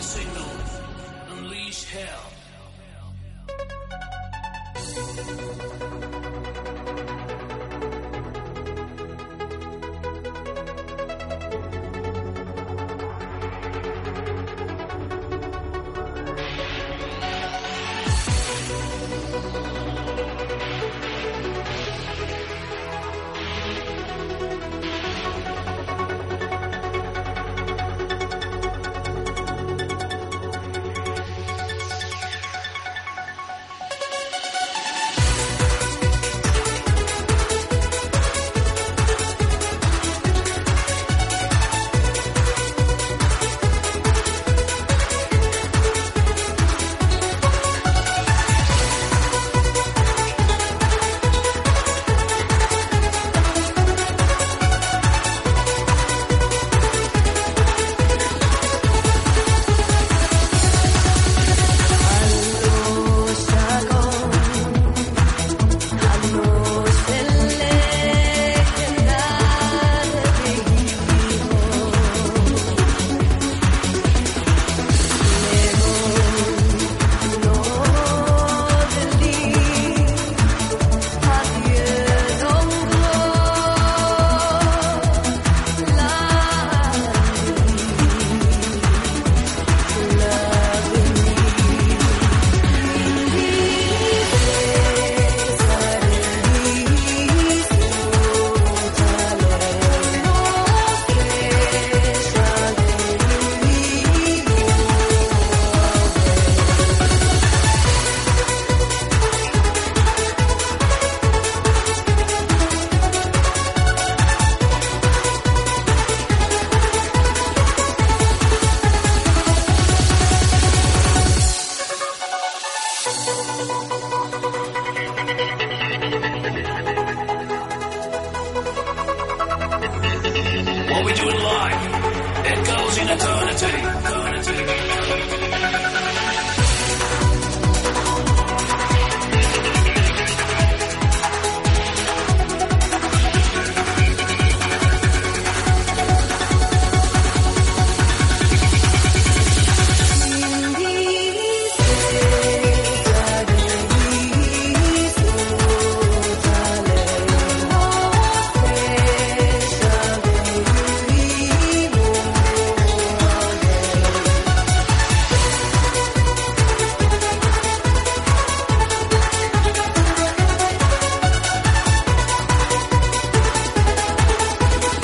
What we do in life, it goes in eternity.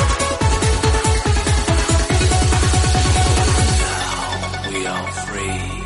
Free.